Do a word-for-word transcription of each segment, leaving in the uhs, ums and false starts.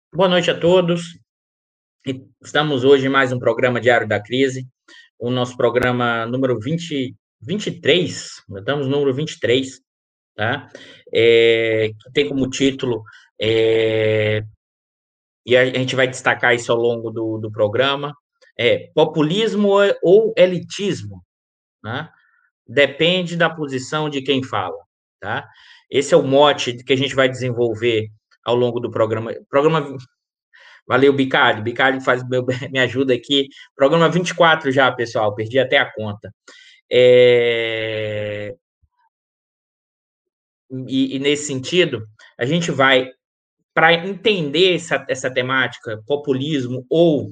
Boa noite a todos. Estamos hoje em mais um programa Diário da Crise, o nosso programa número vinte, vinte e três, estamos no número vinte e três, tá? É, que tem como título, é, e a gente vai destacar isso ao longo do, do programa, é populismo ou elitismo, né? Depende da posição de quem fala, tá? Esse é o mote que a gente vai desenvolver ao longo do programa. Programa Valeu, Bicalho. Bicalho faz meu, me ajuda aqui. Programa vinte e quatro já, pessoal. Perdi até a conta. É, E, e nesse sentido, a gente vai, para entender essa, essa temática, populismo ou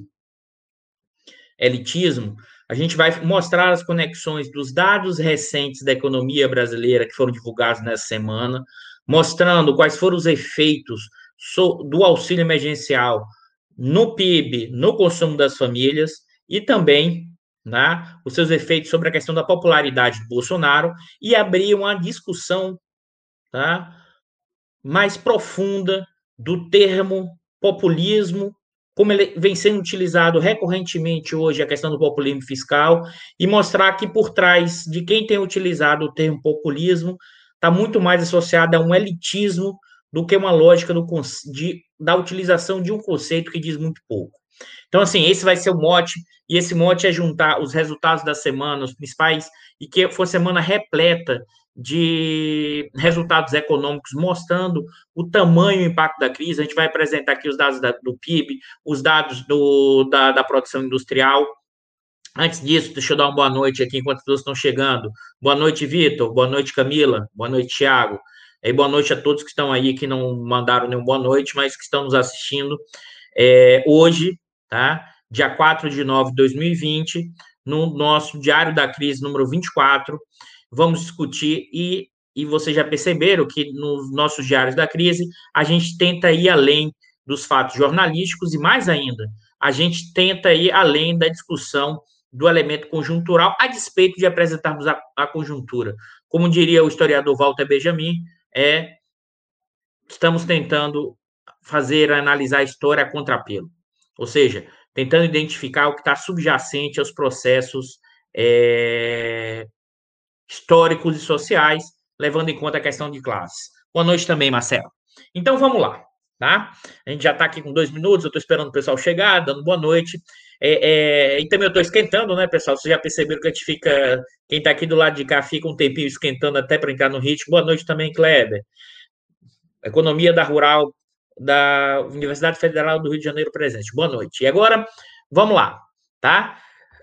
elitismo, a gente vai mostrar as conexões dos dados recentes da economia brasileira que foram divulgados nessa semana, mostrando quais foram os efeitos do auxílio emergencial no P I B, no consumo das famílias e também, né, os seus efeitos sobre a questão da popularidade do Bolsonaro e abrir uma discussão, tá, mais profunda do termo populismo, como ele vem sendo utilizado recorrentemente hoje, a questão do populismo fiscal, e mostrar que por trás de quem tem utilizado o termo populismo está muito mais associado a um elitismo do que uma lógica do, de, da utilização de um conceito que diz muito pouco. Então, assim, esse vai ser o mote, e esse mote é juntar os resultados da semana, os principais, e que foi semana repleta de resultados econômicos mostrando o tamanho e o impacto da crise. A gente vai apresentar aqui os dados da, do P I B, os dados do, da, da produção industrial. Antes disso, deixa eu dar uma boa noite aqui enquanto as pessoas estão chegando. Boa noite, Vitor. Boa noite, Camila. Boa noite, Thiago. E boa noite a todos que estão aí, que não mandaram nenhum boa noite, mas que estão nos assistindo é, hoje, tá? Dia quatro de nove de dois mil e vinte, no nosso Diário da Crise número vinte e quatro, vamos discutir e, e vocês já perceberam que nos nossos Diários da Crise a gente tenta ir além dos fatos jornalísticos e, mais ainda, a gente tenta ir além da discussão do elemento conjuntural, a despeito de apresentarmos a, a conjuntura. Como diria o historiador Walter Benjamin, é, estamos tentando fazer, analisar a história a contrapelo. Ou seja, tentando identificar o que está subjacente aos processos é, históricos e sociais, levando em conta a questão de classes. Boa noite também, Marcelo. Então, vamos lá, tá? A gente já está aqui com dois minutos, eu estou esperando o pessoal chegar, dando boa noite. É, é, e também eu estou esquentando, né, pessoal? Vocês já perceberam que a gente fica, quem está aqui do lado de cá fica um tempinho esquentando até para entrar no ritmo. Boa noite também, Kleber. Economia da Rural da Universidade Federal do Rio de Janeiro presente. Boa noite. E agora, vamos lá, tá?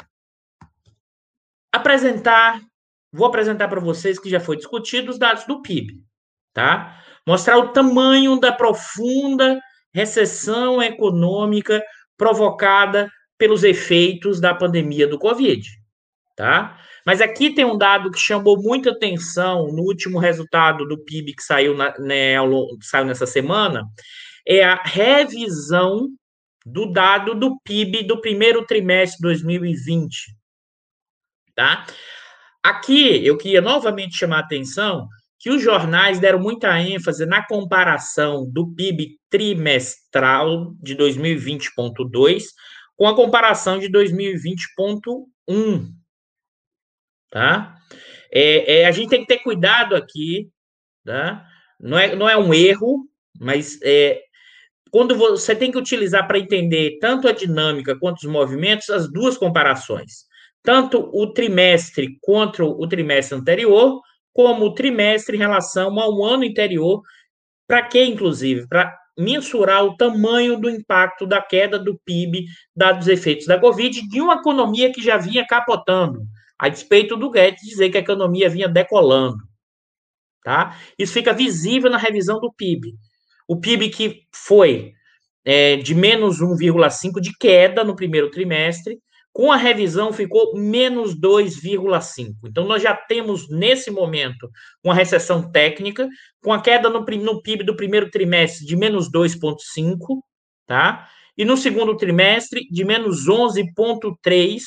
Apresentar, vou apresentar para vocês que já foi discutido os dados do P I B, tá? Mostrar o tamanho da profunda recessão econômica provocada pelos efeitos da pandemia do Covid, tá? Mas aqui tem um dado que chamou muita atenção no último resultado do P I B que saiu, na, né, saiu nessa semana, é a revisão do dado do P I B do primeiro trimestre de dois mil e vinte, tá? Aqui eu queria novamente chamar a atenção que os jornais deram muita ênfase na comparação do P I B trimestral de dois mil e vinte ponto dois com a comparação de dois mil e vinte ponto um, tá? É, é, a gente tem que ter cuidado aqui, tá? Não é, não é um erro, mas é, quando você tem que utilizar para entender tanto a dinâmica quanto os movimentos, as duas comparações. Tanto o trimestre contra o trimestre anterior, como o trimestre em relação ao ano anterior. Para quê, inclusive? Para mensurar o tamanho do impacto da queda do P I B, dados os efeitos da Covid, de uma economia que já vinha capotando, a despeito do Guedes dizer que a economia vinha decolando. Tá? Isso fica visível na revisão do P I B. O P I B que foi é, de menos um vírgula cinco de queda no primeiro trimestre, com a revisão ficou menos dois vírgula cinco. Então, nós já temos, nesse momento, uma recessão técnica, com a queda no, no P I B do primeiro trimestre de menos dois vírgula cinco, tá? E no segundo trimestre, de menos onze vírgula três,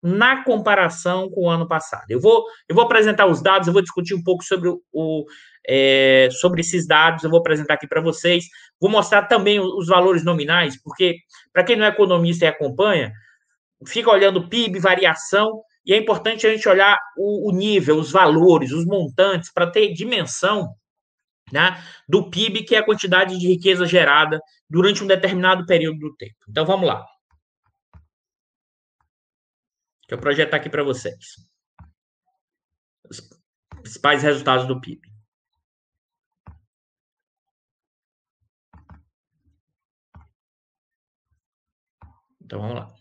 na comparação com o ano passado. Eu vou, eu vou apresentar os dados, eu vou discutir um pouco sobre, o, o é, sobre esses dados, eu vou apresentar aqui para vocês, vou mostrar também os valores nominais, porque, para quem não é economista e acompanha, fica olhando P I B, variação, e é importante a gente olhar o, o nível, os valores, os montantes, para ter dimensão, né, do P I B, que é a quantidade de riqueza gerada durante um determinado período do tempo. Então, vamos lá. Deixa eu projetar aqui para vocês os principais resultados do P I B. Então, vamos lá.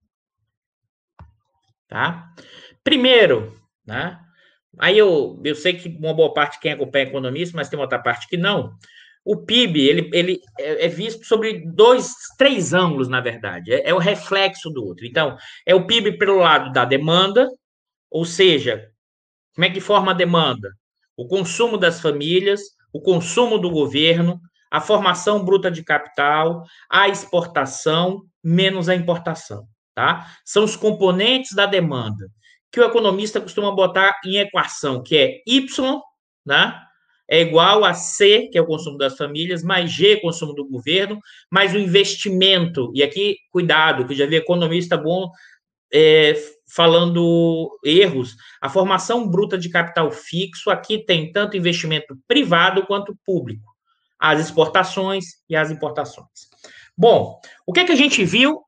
Tá? Primeiro, né? Aí eu, eu sei que uma boa parte de quem acompanha é economista, mas tem outra parte que não. O P I B, ele, ele é visto sobre dois, três ângulos, na verdade. É, é o reflexo do outro. Então, é o P I B pelo lado da demanda, ou seja, como é que forma a demanda? O consumo das famílias, o consumo do governo, a formação bruta de capital, a exportação, menos a importação. Tá? São os componentes da demanda que o economista costuma botar em equação, que é Y, né? É igual a C, que é o consumo das famílias, mais G, consumo do governo, mais o investimento. E aqui, cuidado, que eu já vi economista bom é, falando erros. A formação bruta de capital fixo, aqui tem tanto investimento privado quanto público. As exportações e as importações. Bom, o que, é que a gente viu?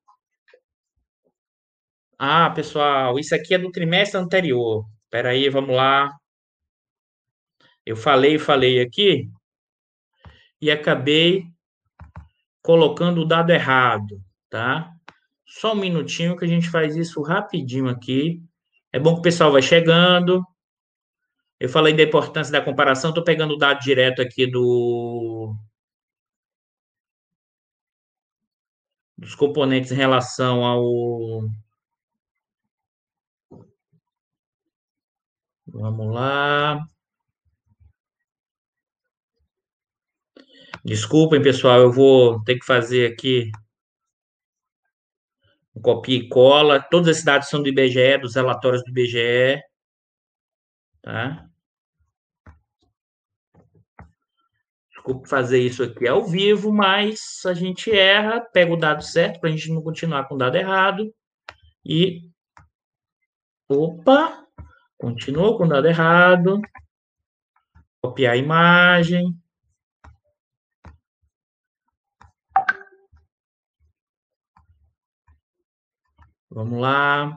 Ah, pessoal, isso aqui é do trimestre anterior. Espera aí, vamos lá. Eu falei, falei aqui e acabei colocando o dado errado, tá? Só um minutinho que a gente faz isso rapidinho aqui. É bom que o pessoal vai chegando. Eu falei da importância da comparação, estou pegando o dado direto aqui do dos componentes em relação ao... Vamos lá. Desculpem, pessoal, eu vou ter que fazer aqui um copia e cola. Todos esses dados são do I B G E, dos relatórios do I B G E, tá? Desculpe fazer isso aqui ao vivo, mas a gente erra, pega o dado certo para a gente não continuar com o dado errado. E, opa, continua com o dado errado. Copiar a imagem. Vamos lá.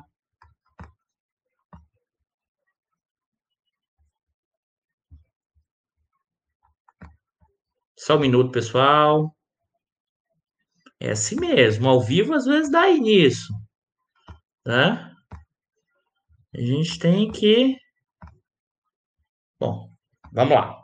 Só um minuto, pessoal. É assim mesmo. Ao vivo, às vezes, dá início. Tá? A gente tem que... Bom, vamos lá.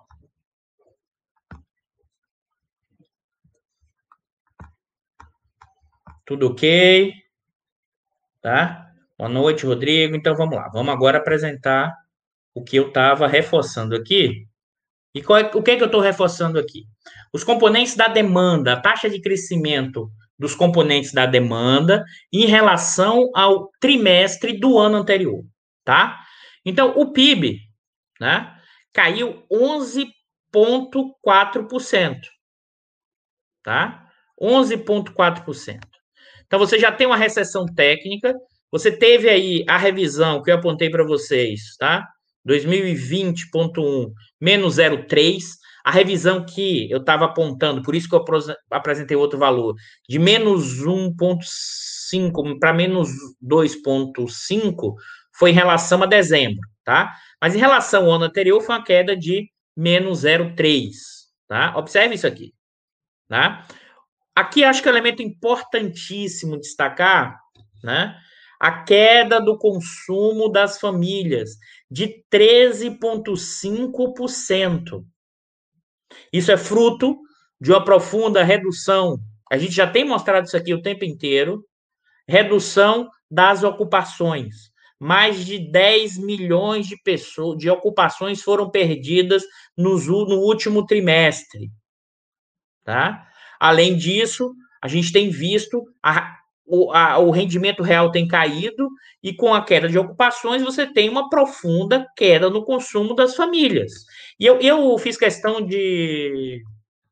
Tudo ok? Tá? Boa noite, Rodrigo. Então, vamos lá. Vamos agora apresentar o que eu estava reforçando aqui. E qual é, o que, é que eu estou reforçando aqui? Os componentes da demanda, a taxa de crescimento dos componentes da demanda em relação ao trimestre do ano anterior, tá? Então, o P I B, né, caiu onze vírgula quatro por cento, tá? onze vírgula quatro por cento. Então, você já tem uma recessão técnica, você teve aí a revisão que eu apontei para vocês, tá? dois mil e vinte ponto um, menos zero vírgula três. A revisão que eu estava apontando, por isso que eu apresentei outro valor, de menos um vírgula cinco para menos dois vírgula cinco, foi em relação a dezembro, tá? Mas em relação ao ano anterior, foi uma queda de menos zero vírgula três, tá? Observe isso aqui, tá? Aqui acho que é um elemento importantíssimo destacar, né? A queda do consumo das famílias de treze vírgula cinco por cento. Isso é fruto de uma profunda redução. A gente já tem mostrado isso aqui o tempo inteiro. Redução das ocupações. Mais de dez milhões de pessoas, de ocupações foram perdidas no, no último trimestre. Tá? Além disso, a gente tem visto a, o, a, o rendimento real tem caído e com a queda de ocupações você tem uma profunda queda no consumo das famílias. E eu, eu fiz questão de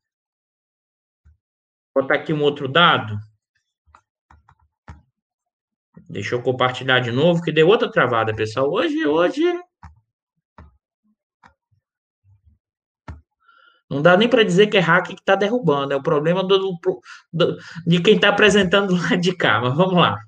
botar aqui um outro dado. Deixa eu compartilhar de novo, que deu outra travada, pessoal. Hoje, hoje... Não dá nem para dizer que é hacker que está derrubando, é o problema do, do, de quem está apresentando lá de cá. Mas vamos lá.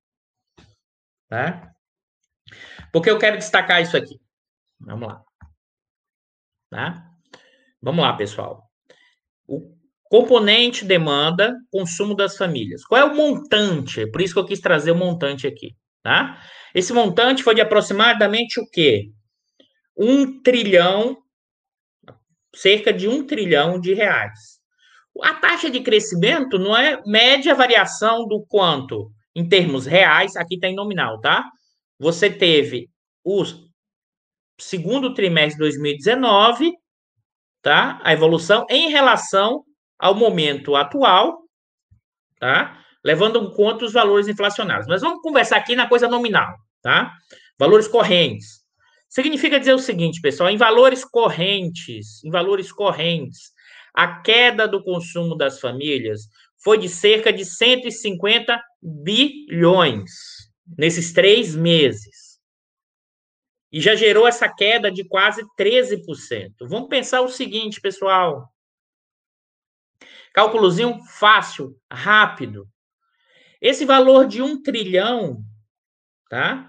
Tá? Porque eu quero destacar isso aqui. Vamos lá. Tá? Vamos lá, pessoal. O componente demanda, consumo das famílias. Qual é o montante? Por isso que eu quis trazer o montante aqui. Tá? Esse montante foi de aproximadamente o quê? Um trilhão, cerca de um trilhão de reais. A taxa de crescimento não é média variação do quanto? Em termos reais, aqui está em nominal, tá? Você teve o segundo trimestre de dois mil e dezenove, tá? A evolução em relação ao momento atual, tá? Levando em conta os valores inflacionários. Mas vamos conversar aqui na coisa nominal, tá? Valores correntes. Significa dizer o seguinte, pessoal, em valores correntes, em valores correntes, a queda do consumo das famílias foi de cerca de cento e cinquenta bilhões nesses três meses. E já gerou essa queda de quase treze por cento. Vamos pensar o seguinte, pessoal. Cálculozinho fácil, rápido. Esse valor de um trilhão, tá?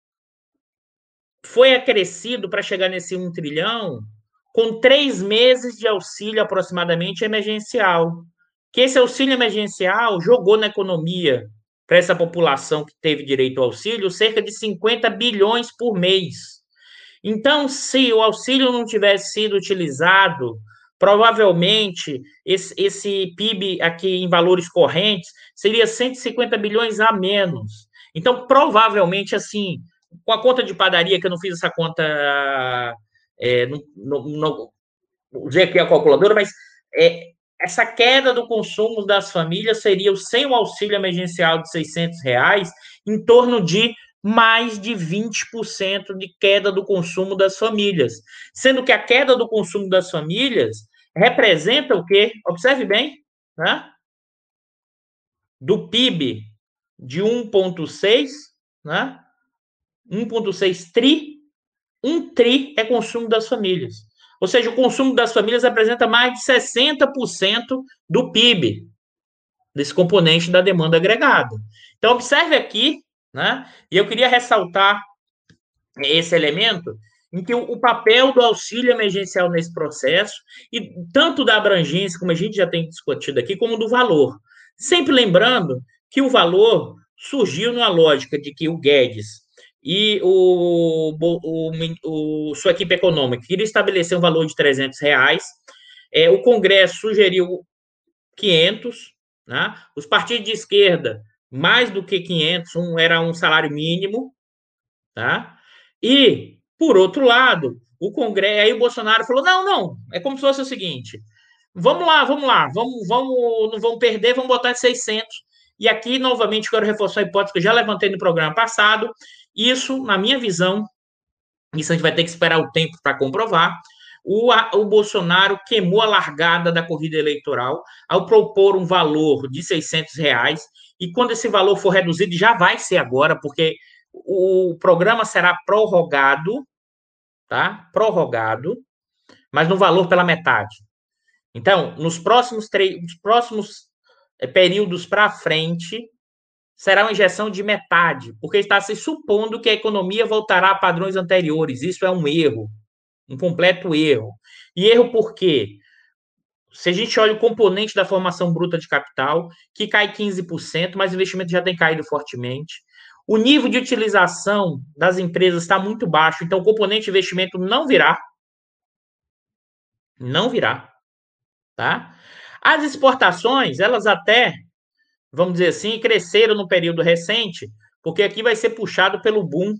Foi acrescido para chegar nesse um trilhão com três meses de auxílio aproximadamente emergencial. Que esse auxílio emergencial jogou na economia, para essa população que teve direito ao auxílio, cerca de cinquenta bilhões por mês. Então, se o auxílio não tivesse sido utilizado, provavelmente esse, esse P I B aqui em valores correntes seria cento e cinquenta bilhões a menos. Então, provavelmente, assim, com a conta de padaria, que eu não fiz essa conta, é, não, não, não usei aqui a calculadora, mas é, essa queda do consumo das famílias seria, sem o auxílio emergencial de seiscentos reais, em torno de mais de vinte por cento de queda do consumo das famílias. Sendo que a queda do consumo das famílias representa o quê? Observe bem, né? Do P I B de um vírgula seis, né? um vírgula seis tri, um tri é consumo das famílias. Ou seja, o consumo das famílias representa mais de sessenta por cento do P I B, desse componente da demanda agregada. Então, observe aqui, né? E eu queria ressaltar esse elemento em que o, o papel do auxílio emergencial nesse processo, e tanto da abrangência, como a gente já tem discutido aqui, como do valor. Sempre lembrando que o valor surgiu numa lógica de que o Guedes e o, o, o, sua equipe econômica queria estabelecer um valor de trezentos reais, é, o Congresso sugeriu quinhentos, né? Os partidos de esquerda, mais do que quinhentos, um era um salário mínimo, tá? E, por outro lado, o Congresso, aí o Bolsonaro falou, não, não, é como se fosse o seguinte, vamos lá, vamos lá, vamos, vamos, não vamos perder, vamos botar seiscentos. E aqui, novamente, quero reforçar a hipótese que eu já levantei no programa passado. Isso, na minha visão, isso a gente vai ter que esperar o tempo para comprovar, o, a, o Bolsonaro queimou a largada da corrida eleitoral ao propor um valor de seiscentos reais, e quando esse valor for reduzido, já vai ser agora, porque o programa será prorrogado, tá? Prorrogado, mas no valor pela metade. Então, nos próximos, nos próximos períodos para frente, será uma injeção de metade, porque está se supondo que a economia voltará a padrões anteriores. Isso é um erro, um completo erro. E erro por quê? Se a gente olha o componente da formação bruta de capital, que cai quinze por cento, mas o investimento já tem caído fortemente. O nível de utilização das empresas está muito baixo, então o componente de investimento não virá. Não virá. Tá? As exportações, elas até, vamos dizer assim, cresceram no período recente, porque aqui vai ser puxado pelo boom,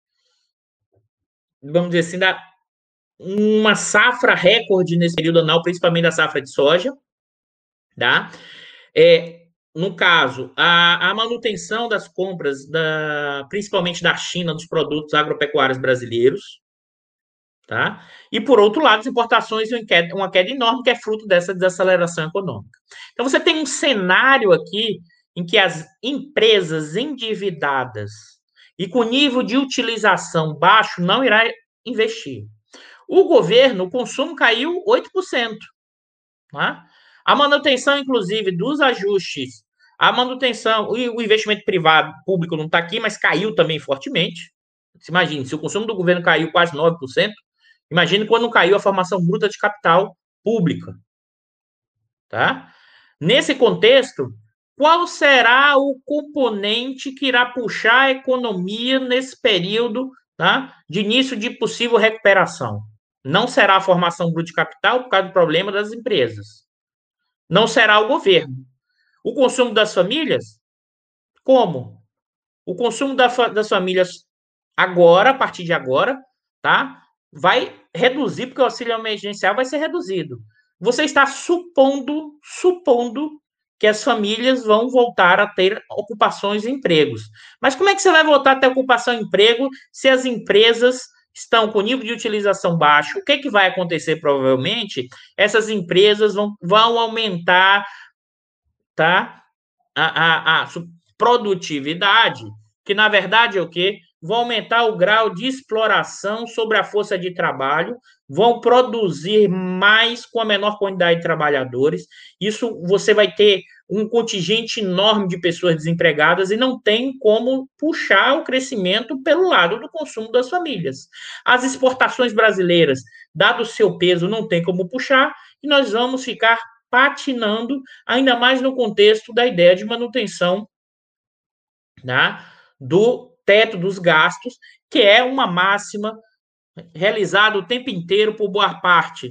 vamos dizer assim, da, uma safra recorde nesse período anual, principalmente da safra de soja. Tá? É, no caso, a, a manutenção das compras, da, principalmente da China, dos produtos agropecuários brasileiros, tá? E, por outro lado, as importações, uma queda, uma queda enorme, que é fruto dessa desaceleração econômica. Então, você tem um cenário aqui em que as empresas endividadas e com nível de utilização baixo não irá investir. O governo, o consumo caiu oito por cento. Tá? A manutenção, inclusive, dos ajustes, a manutenção, o investimento privado, público não está aqui, mas caiu também fortemente. Imagine, se o consumo do governo caiu quase nove por cento, imagine quando caiu a formação bruta de capital pública. Tá? Nesse contexto, qual será o componente que irá puxar a economia nesse período, tá, de início de possível recuperação? Não será a formação bruta de capital por causa do problema das empresas. Não será o governo. O consumo das famílias? Como? O consumo da, das famílias agora, a partir de agora, tá, vai reduzir, porque o auxílio emergencial vai ser reduzido. Você está supondo, supondo que as famílias vão voltar a ter ocupações e empregos. Mas como é que você vai voltar a ter ocupação e emprego se as empresas estão com nível de utilização baixo? O que, é que vai acontecer, provavelmente? Essas empresas vão, vão aumentar, tá, a, a, a produtividade, que na verdade é o quê? Vão aumentar o grau de exploração sobre a força de trabalho, vão produzir mais com a menor quantidade de trabalhadores. Isso você vai ter um contingente enorme de pessoas desempregadas e não tem como puxar o crescimento pelo lado do consumo das famílias. As exportações brasileiras, dado o seu peso, não tem como puxar e nós vamos ficar patinando, ainda mais no contexto da ideia de manutenção, né, do teto dos gastos, que é uma máxima realizada o tempo inteiro por boa parte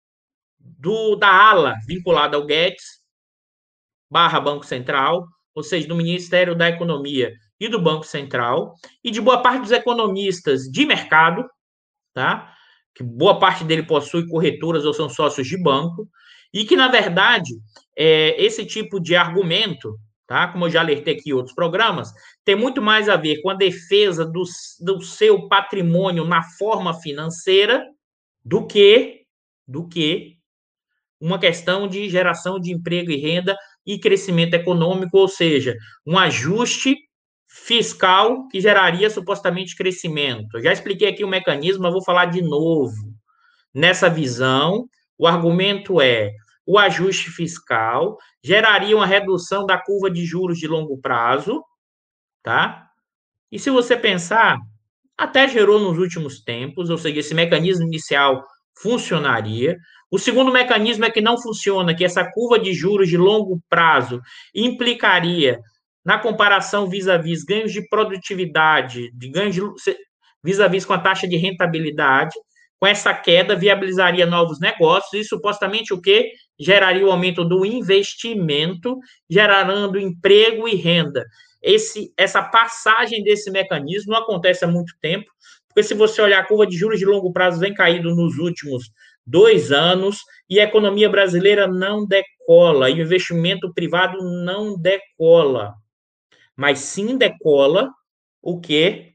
do, da ala vinculada ao Guedes, barra Banco Central, ou seja, do Ministério da Economia e do Banco Central, e de boa parte dos economistas de mercado, tá? Que boa parte dele possui corretoras ou são sócios de banco, e que, na verdade, é, esse tipo de argumento, tá? Como eu já alertei aqui em outros programas, tem muito mais a ver com a defesa do, do seu patrimônio na forma financeira do que, do que uma questão de geração de emprego e renda e crescimento econômico, ou seja, um ajuste fiscal que geraria supostamente crescimento. Eu já expliquei aqui o mecanismo, mas vou falar de novo. Nessa visão, o argumento é: o ajuste fiscal geraria uma redução da curva de juros de longo prazo, tá? E se você pensar, até gerou nos últimos tempos, ou seja, esse mecanismo inicial funcionaria. O segundo mecanismo é que não funciona, que essa curva de juros de longo prazo implicaria, na comparação vis-à-vis ganhos de produtividade, de ganhos de, vis-à-vis com a taxa de rentabilidade, com essa queda viabilizaria novos negócios e supostamente o que? Geraria o aumento do investimento, gerando emprego e renda. Esse, essa passagem desse mecanismo não acontece há muito tempo, porque se você olhar a curva de juros de longo prazo vem caído nos últimos dois anos e a economia brasileira não decola, e o investimento privado não decola, mas sim decola o quê?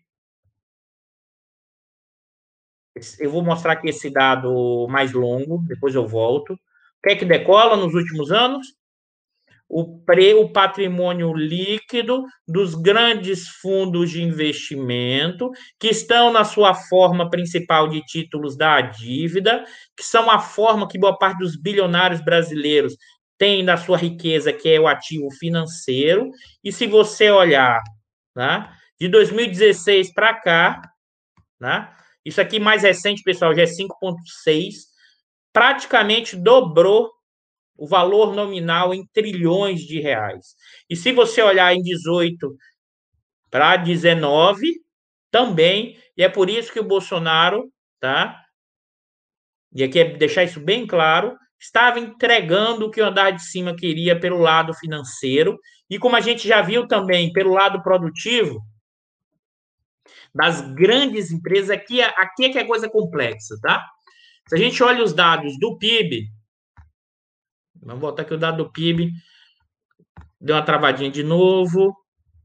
Eu vou mostrar aqui esse dado mais longo, depois eu volto. O que é que decola nos últimos anos? O, pre, o patrimônio líquido dos grandes fundos de investimento, que estão na sua forma principal de títulos da dívida, que são a forma que boa parte dos bilionários brasileiros tem da sua riqueza, que é o ativo financeiro. E se você olhar, né, de dois mil e dezesseis para cá, né, isso aqui mais recente, pessoal, já é cinco vírgula seis, praticamente dobrou o valor nominal em trilhões de reais. E se você olhar em dezoito para dezenove, também, e é por isso que o Bolsonaro, tá? E aqui é deixar isso bem claro, estava entregando o que o andar de cima queria pelo lado financeiro, e como a gente já viu também pelo lado produtivo, das grandes empresas, aqui, aqui é que é coisa complexa, tá? Se a gente olha os dados do P I B, vamos botar aqui o dado do P I B, Deu uma travadinha de novo.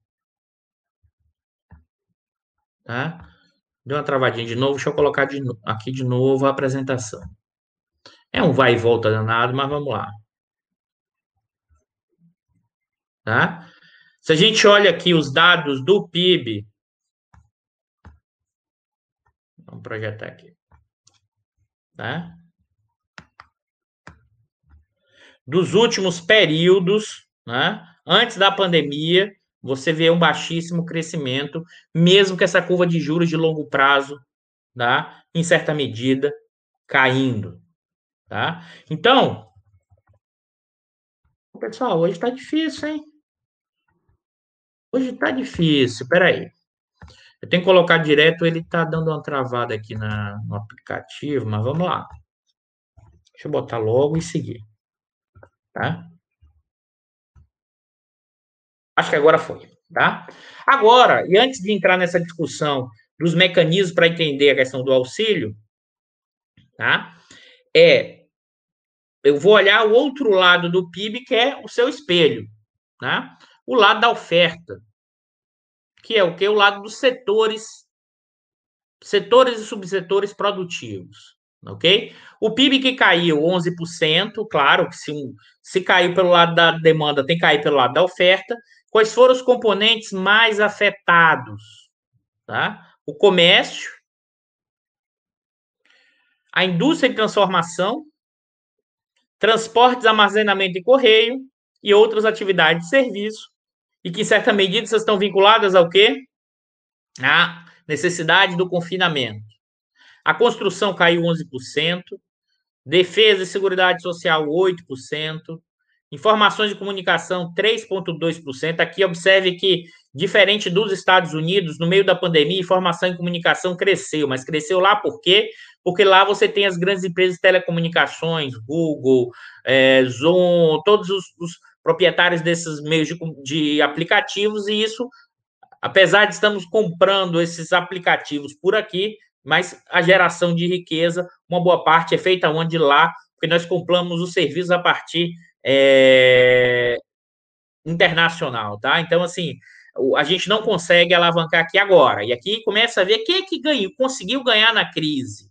Tá? Deu uma travadinha de novo. Deixa eu colocar de, aqui de novo a apresentação. É um vai e volta danado, mas vamos lá. Tá? Se a gente olha aqui os dados do P I B, vamos projetar aqui. Tá? Dos últimos períodos, né? Antes da pandemia, você vê um baixíssimo crescimento, mesmo que essa curva de juros de longo prazo, tá? Em certa medida, caindo. Tá? Então, pessoal, hoje está difícil, hein? Hoje está difícil. Peraí. Eu tenho que colocar direto, ele está dando uma travada aqui na, no aplicativo, mas vamos lá. Deixa eu botar logo e seguir. Tá? Acho que agora foi. Tá? Agora, e antes de entrar nessa discussão dos mecanismos para entender a questão do auxílio, tá? É, eu vou olhar o outro lado do P I B, que é o seu espelho, tá? O lado da oferta, que é o que? O lado dos setores, setores e subsetores produtivos, ok? O P I B que caiu onze por cento, claro que se, se caiu pelo lado da demanda, tem que cair pelo lado da oferta. Quais foram os componentes mais afetados? Tá? O comércio, a indústria de transformação, transportes, armazenamento e correio e outras atividades de serviço, e que, em certa medida, essas estão vinculadas ao quê? À necessidade do confinamento. A construção caiu onze por cento, defesa e seguridade social oito por cento, informações de comunicação três vírgula dois por cento. Aqui observe que, diferente dos Estados Unidos, no meio da pandemia, informação e comunicação cresceu, mas cresceu lá por quê? Porque lá você tem as grandes empresas de telecomunicações, Google, é, Zoom, todos os, os proprietários desses meios de, de aplicativos, e isso, apesar de estamos comprando esses aplicativos por aqui, mas a geração de riqueza, uma boa parte é feita onde? Lá, porque nós compramos os serviços a partir é, internacional, tá? Então, assim, a gente não consegue alavancar aqui agora. E aqui começa a ver quem é que ganhou, conseguiu ganhar na crise,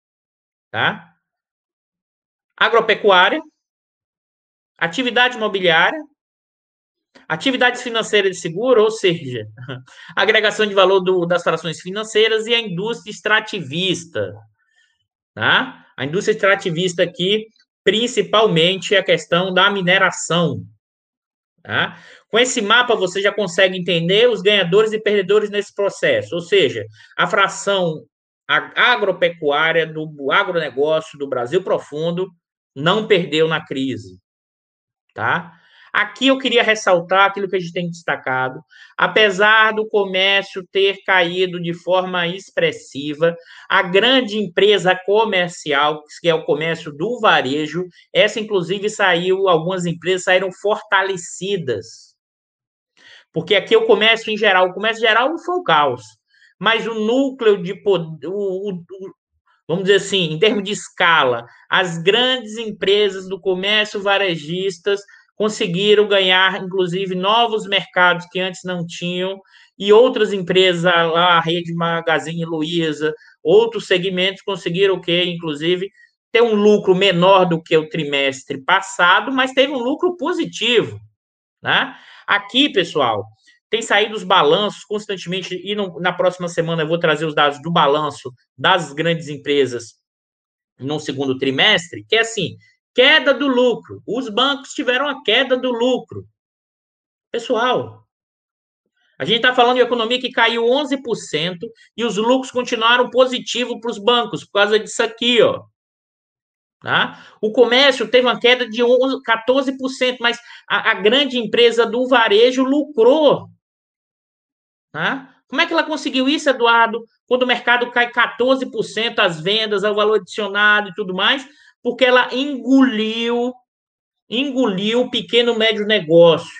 tá? Agropecuária, atividade imobiliária, atividades financeiras de seguro, ou seja, agregação de valor do, das frações financeiras, e a indústria extrativista, tá? A indústria extrativista aqui, principalmente a questão da mineração, tá? Com esse mapa, você já consegue entender os ganhadores e perdedores nesse processo, ou seja, a fração agropecuária do agronegócio do Brasil profundo não perdeu na crise, tá? Aqui eu queria ressaltar aquilo que a gente tem destacado. Apesar do comércio ter caído de forma expressiva, a grande empresa comercial, que é o comércio do varejo, essa inclusive saiu, algumas empresas saíram fortalecidas. Porque aqui o comércio em geral, o comércio geral foi um caos. Mas o núcleo de poder, o, o, vamos dizer assim, em termos de escala, as grandes empresas do comércio varejistas conseguiram ganhar, inclusive, novos mercados que antes não tinham, e outras empresas, lá, a Rede Magazine Luiza, outros segmentos conseguiram o quê? Inclusive, ter um lucro menor do que o trimestre passado, mas teve um lucro positivo, né? Aqui, pessoal, tem saído os balanços constantemente, e no, na próxima semana eu vou trazer os dados do balanço das grandes empresas no segundo trimestre, que é assim, queda do lucro. Os bancos tiveram a queda do lucro. Pessoal, a gente está falando de economia que caiu onze por cento e os lucros continuaram positivos para os bancos, por causa disso aqui, ó. Tá? O comércio teve uma queda de quatorze por cento, mas a, a grande empresa do varejo lucrou. Tá? Como é que ela conseguiu isso, Eduardo, quando o mercado cai quatorze por cento, as vendas, o valor adicionado e tudo mais? Porque ela engoliu, engoliu o pequeno e médio negócio.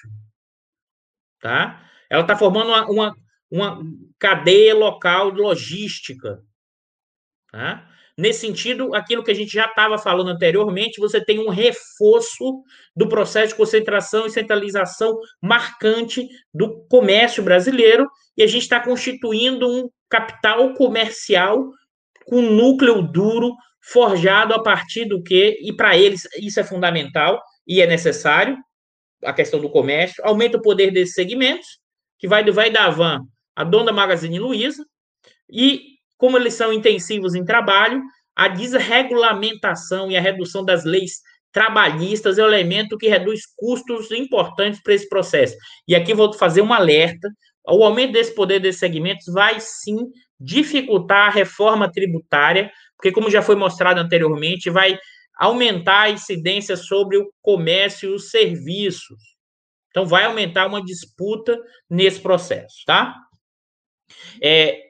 Tá? Ela está formando uma, uma, uma cadeia local de logística. Tá? Nesse sentido, aquilo que a gente já estava falando anteriormente, você tem um reforço do processo de concentração e centralização marcante do comércio brasileiro, e a gente está constituindo um capital comercial com núcleo duro, forjado a partir do quê? E para eles isso é fundamental e é necessário, a questão do comércio, aumenta o poder desses segmentos, que vai, vai da Havan a dona da Magazine Luiza, e como eles são intensivos em trabalho, a desregulamentação e a redução das leis trabalhistas é o elemento que reduz custos importantes para esse processo. E aqui vou fazer um alerta: o aumento desse poder desses segmentos vai sim dificultar a reforma tributária, porque, como já foi mostrado anteriormente, vai aumentar a incidência sobre o comércio e os serviços. Então, vai aumentar uma disputa nesse processo, tá? É,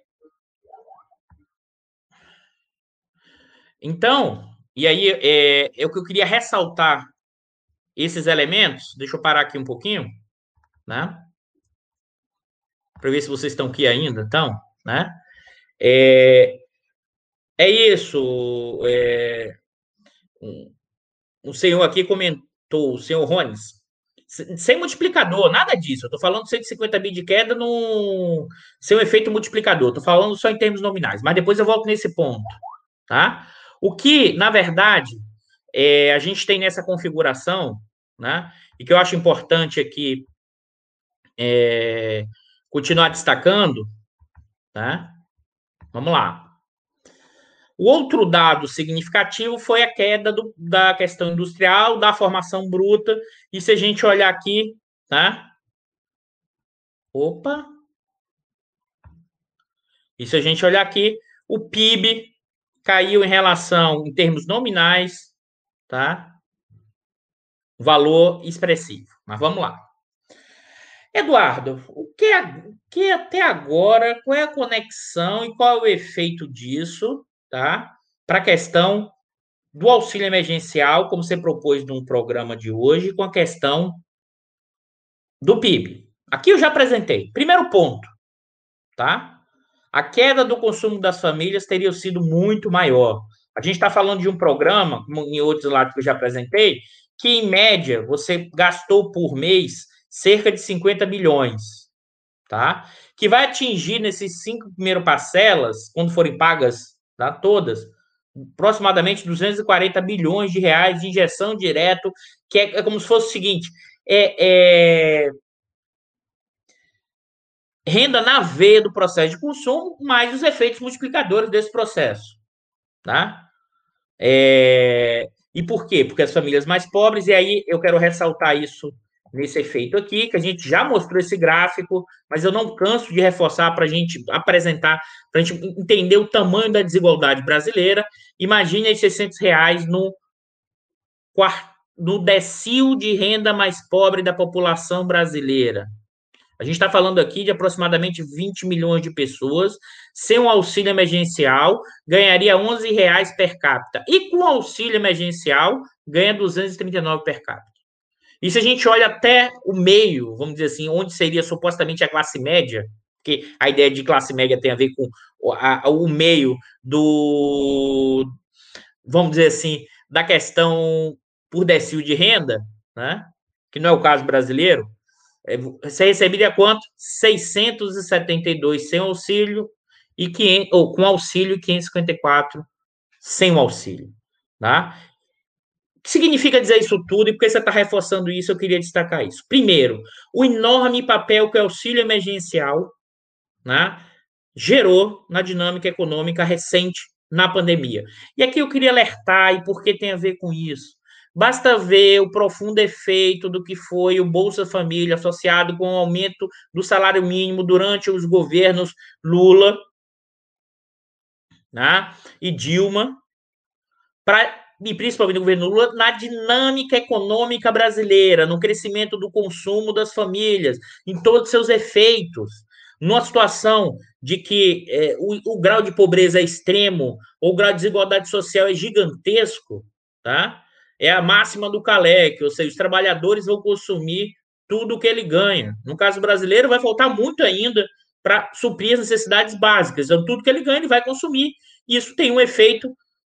então, e aí é, é o que eu queria ressaltar esses elementos. Deixa eu parar aqui um pouquinho, né? Para ver se vocês estão aqui ainda, então, né? É, é isso. É, um, um senhor aqui comentou, o senhor Rones, sem multiplicador, nada disso. Eu estou falando cento e cinquenta bi de queda no sem um efeito multiplicador. Estou falando só em termos nominais, mas depois eu volto nesse ponto, tá? O que, na verdade, é, a gente tem nessa configuração, né? E que eu acho importante aqui é, continuar destacando, tá? Vamos lá. O outro dado significativo foi a queda do, da questão industrial, da formação bruta. E se a gente olhar aqui, tá? Opa! E se a gente olhar aqui, o P I B caiu em relação, em termos nominais, tá? Valor expressivo. Mas vamos lá. Eduardo, o que, é, que até agora, qual é a conexão e qual é o efeito disso, tá? Para a questão do auxílio emergencial, como você propôs no programa de hoje, com a questão do P I B. Aqui eu já apresentei. Primeiro ponto, tá? A queda do consumo das famílias teria sido muito maior. A gente está falando de um programa, como em outros lados que eu já apresentei, que, em média, você gastou por mês cerca de cinquenta bilhões, tá? Que vai atingir nesses cinco primeiras parcelas, quando forem pagas, tá, todas, aproximadamente duzentos e quarenta bilhões de reais de injeção direto, que é, é como se fosse o seguinte, é, é renda na veia do processo de consumo, mais os efeitos multiplicadores desse processo, tá? É, e por quê? Porque as famílias mais pobres, e aí eu quero ressaltar isso nesse efeito aqui, que a gente já mostrou esse gráfico, mas eu não canso de reforçar para a gente apresentar, para a gente entender o tamanho da desigualdade brasileira. Imagine aí seiscentos reais no, no decil de renda mais pobre da população brasileira. A gente está falando aqui de aproximadamente vinte milhões de pessoas. Sem um auxílio emergencial, ganharia onze reais per capita. E com auxílio emergencial, ganha duzentos e trinta e nove per capita. E se a gente olha até o meio, vamos dizer assim, onde seria supostamente a classe média, porque a ideia de classe média tem a ver com a, a, o meio do, vamos dizer assim, da questão por decil de renda, né? Que não é o caso brasileiro. Você receberia quanto? seiscentos e setenta e dois sem auxílio e quinhentos, ou com auxílio quinhentos e cinquenta e quatro sem o auxílio, tá? O que significa dizer isso tudo e por que você está reforçando isso? Eu queria destacar isso. Primeiro, o enorme papel que o auxílio emergencial, né, gerou na dinâmica econômica recente na pandemia. E aqui eu queria alertar, e por que tem a ver com isso? Basta ver o profundo efeito do que foi o Bolsa Família associado com o aumento do salário mínimo durante os governos Lula, né, e Dilma, pra, e principalmente o governo Lula, na dinâmica econômica brasileira, no crescimento do consumo das famílias, em todos os seus efeitos. Numa situação de que é, o, o grau de pobreza é extremo, ou o grau de desigualdade social é gigantesco, tá? É a máxima do Calec, ou seja, os trabalhadores vão consumir tudo o que ele ganha. No caso brasileiro, vai faltar muito ainda para suprir as necessidades básicas. Então, tudo que ele ganha, ele vai consumir. Isso tem um efeito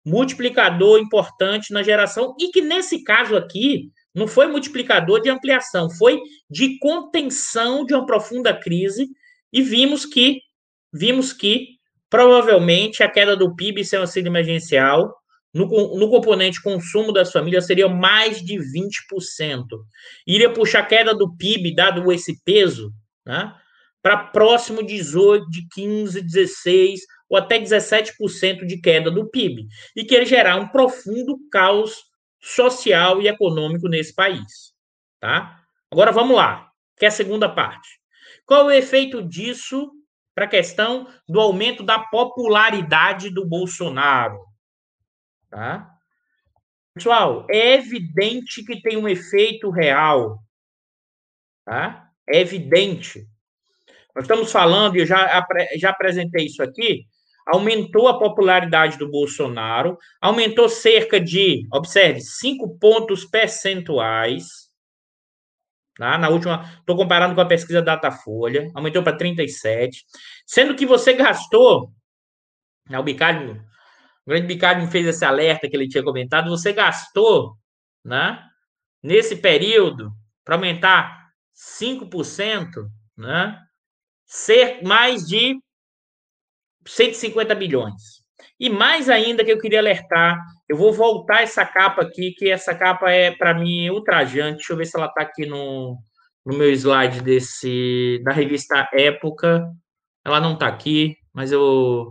multiplicador importante na geração, e que nesse caso aqui não foi multiplicador de ampliação, foi de contenção de uma profunda crise, e vimos que, vimos que provavelmente a queda do P I B sem auxílio emergencial no, no componente consumo das famílias seria mais de vinte por cento. Iria puxar a queda do P I B, dado esse peso, né, para próximo dezoito, de quinze, dezesseis ou até dezessete por cento de queda do P I B, e que ia gerar um profundo caos social e econômico nesse país. Tá? Agora vamos lá, que é a segunda parte. Qual é o efeito disso para a questão do aumento da popularidade do Bolsonaro? Tá? Pessoal, é evidente que tem um efeito real. Tá? É evidente. Nós estamos falando, e eu já, já apresentei isso aqui, aumentou a popularidade do Bolsonaro, aumentou cerca de, observe, cinco pontos percentuais. Tá? Na última, estou comparando com a pesquisa Datafolha, aumentou para trinta e sete, sendo que você gastou, né, o Bicalho, o grande Bicalho me fez esse alerta que ele tinha comentado, você gastou, né, nesse período, para aumentar cinco por cento, né, ser mais de cento e cinquenta bilhões. E mais ainda que eu queria alertar, eu vou voltar essa capa aqui, que essa capa é, para mim, ultrajante. Deixa eu ver se ela está aqui no, no meu slide desse, da revista Época. Ela não está aqui, mas eu...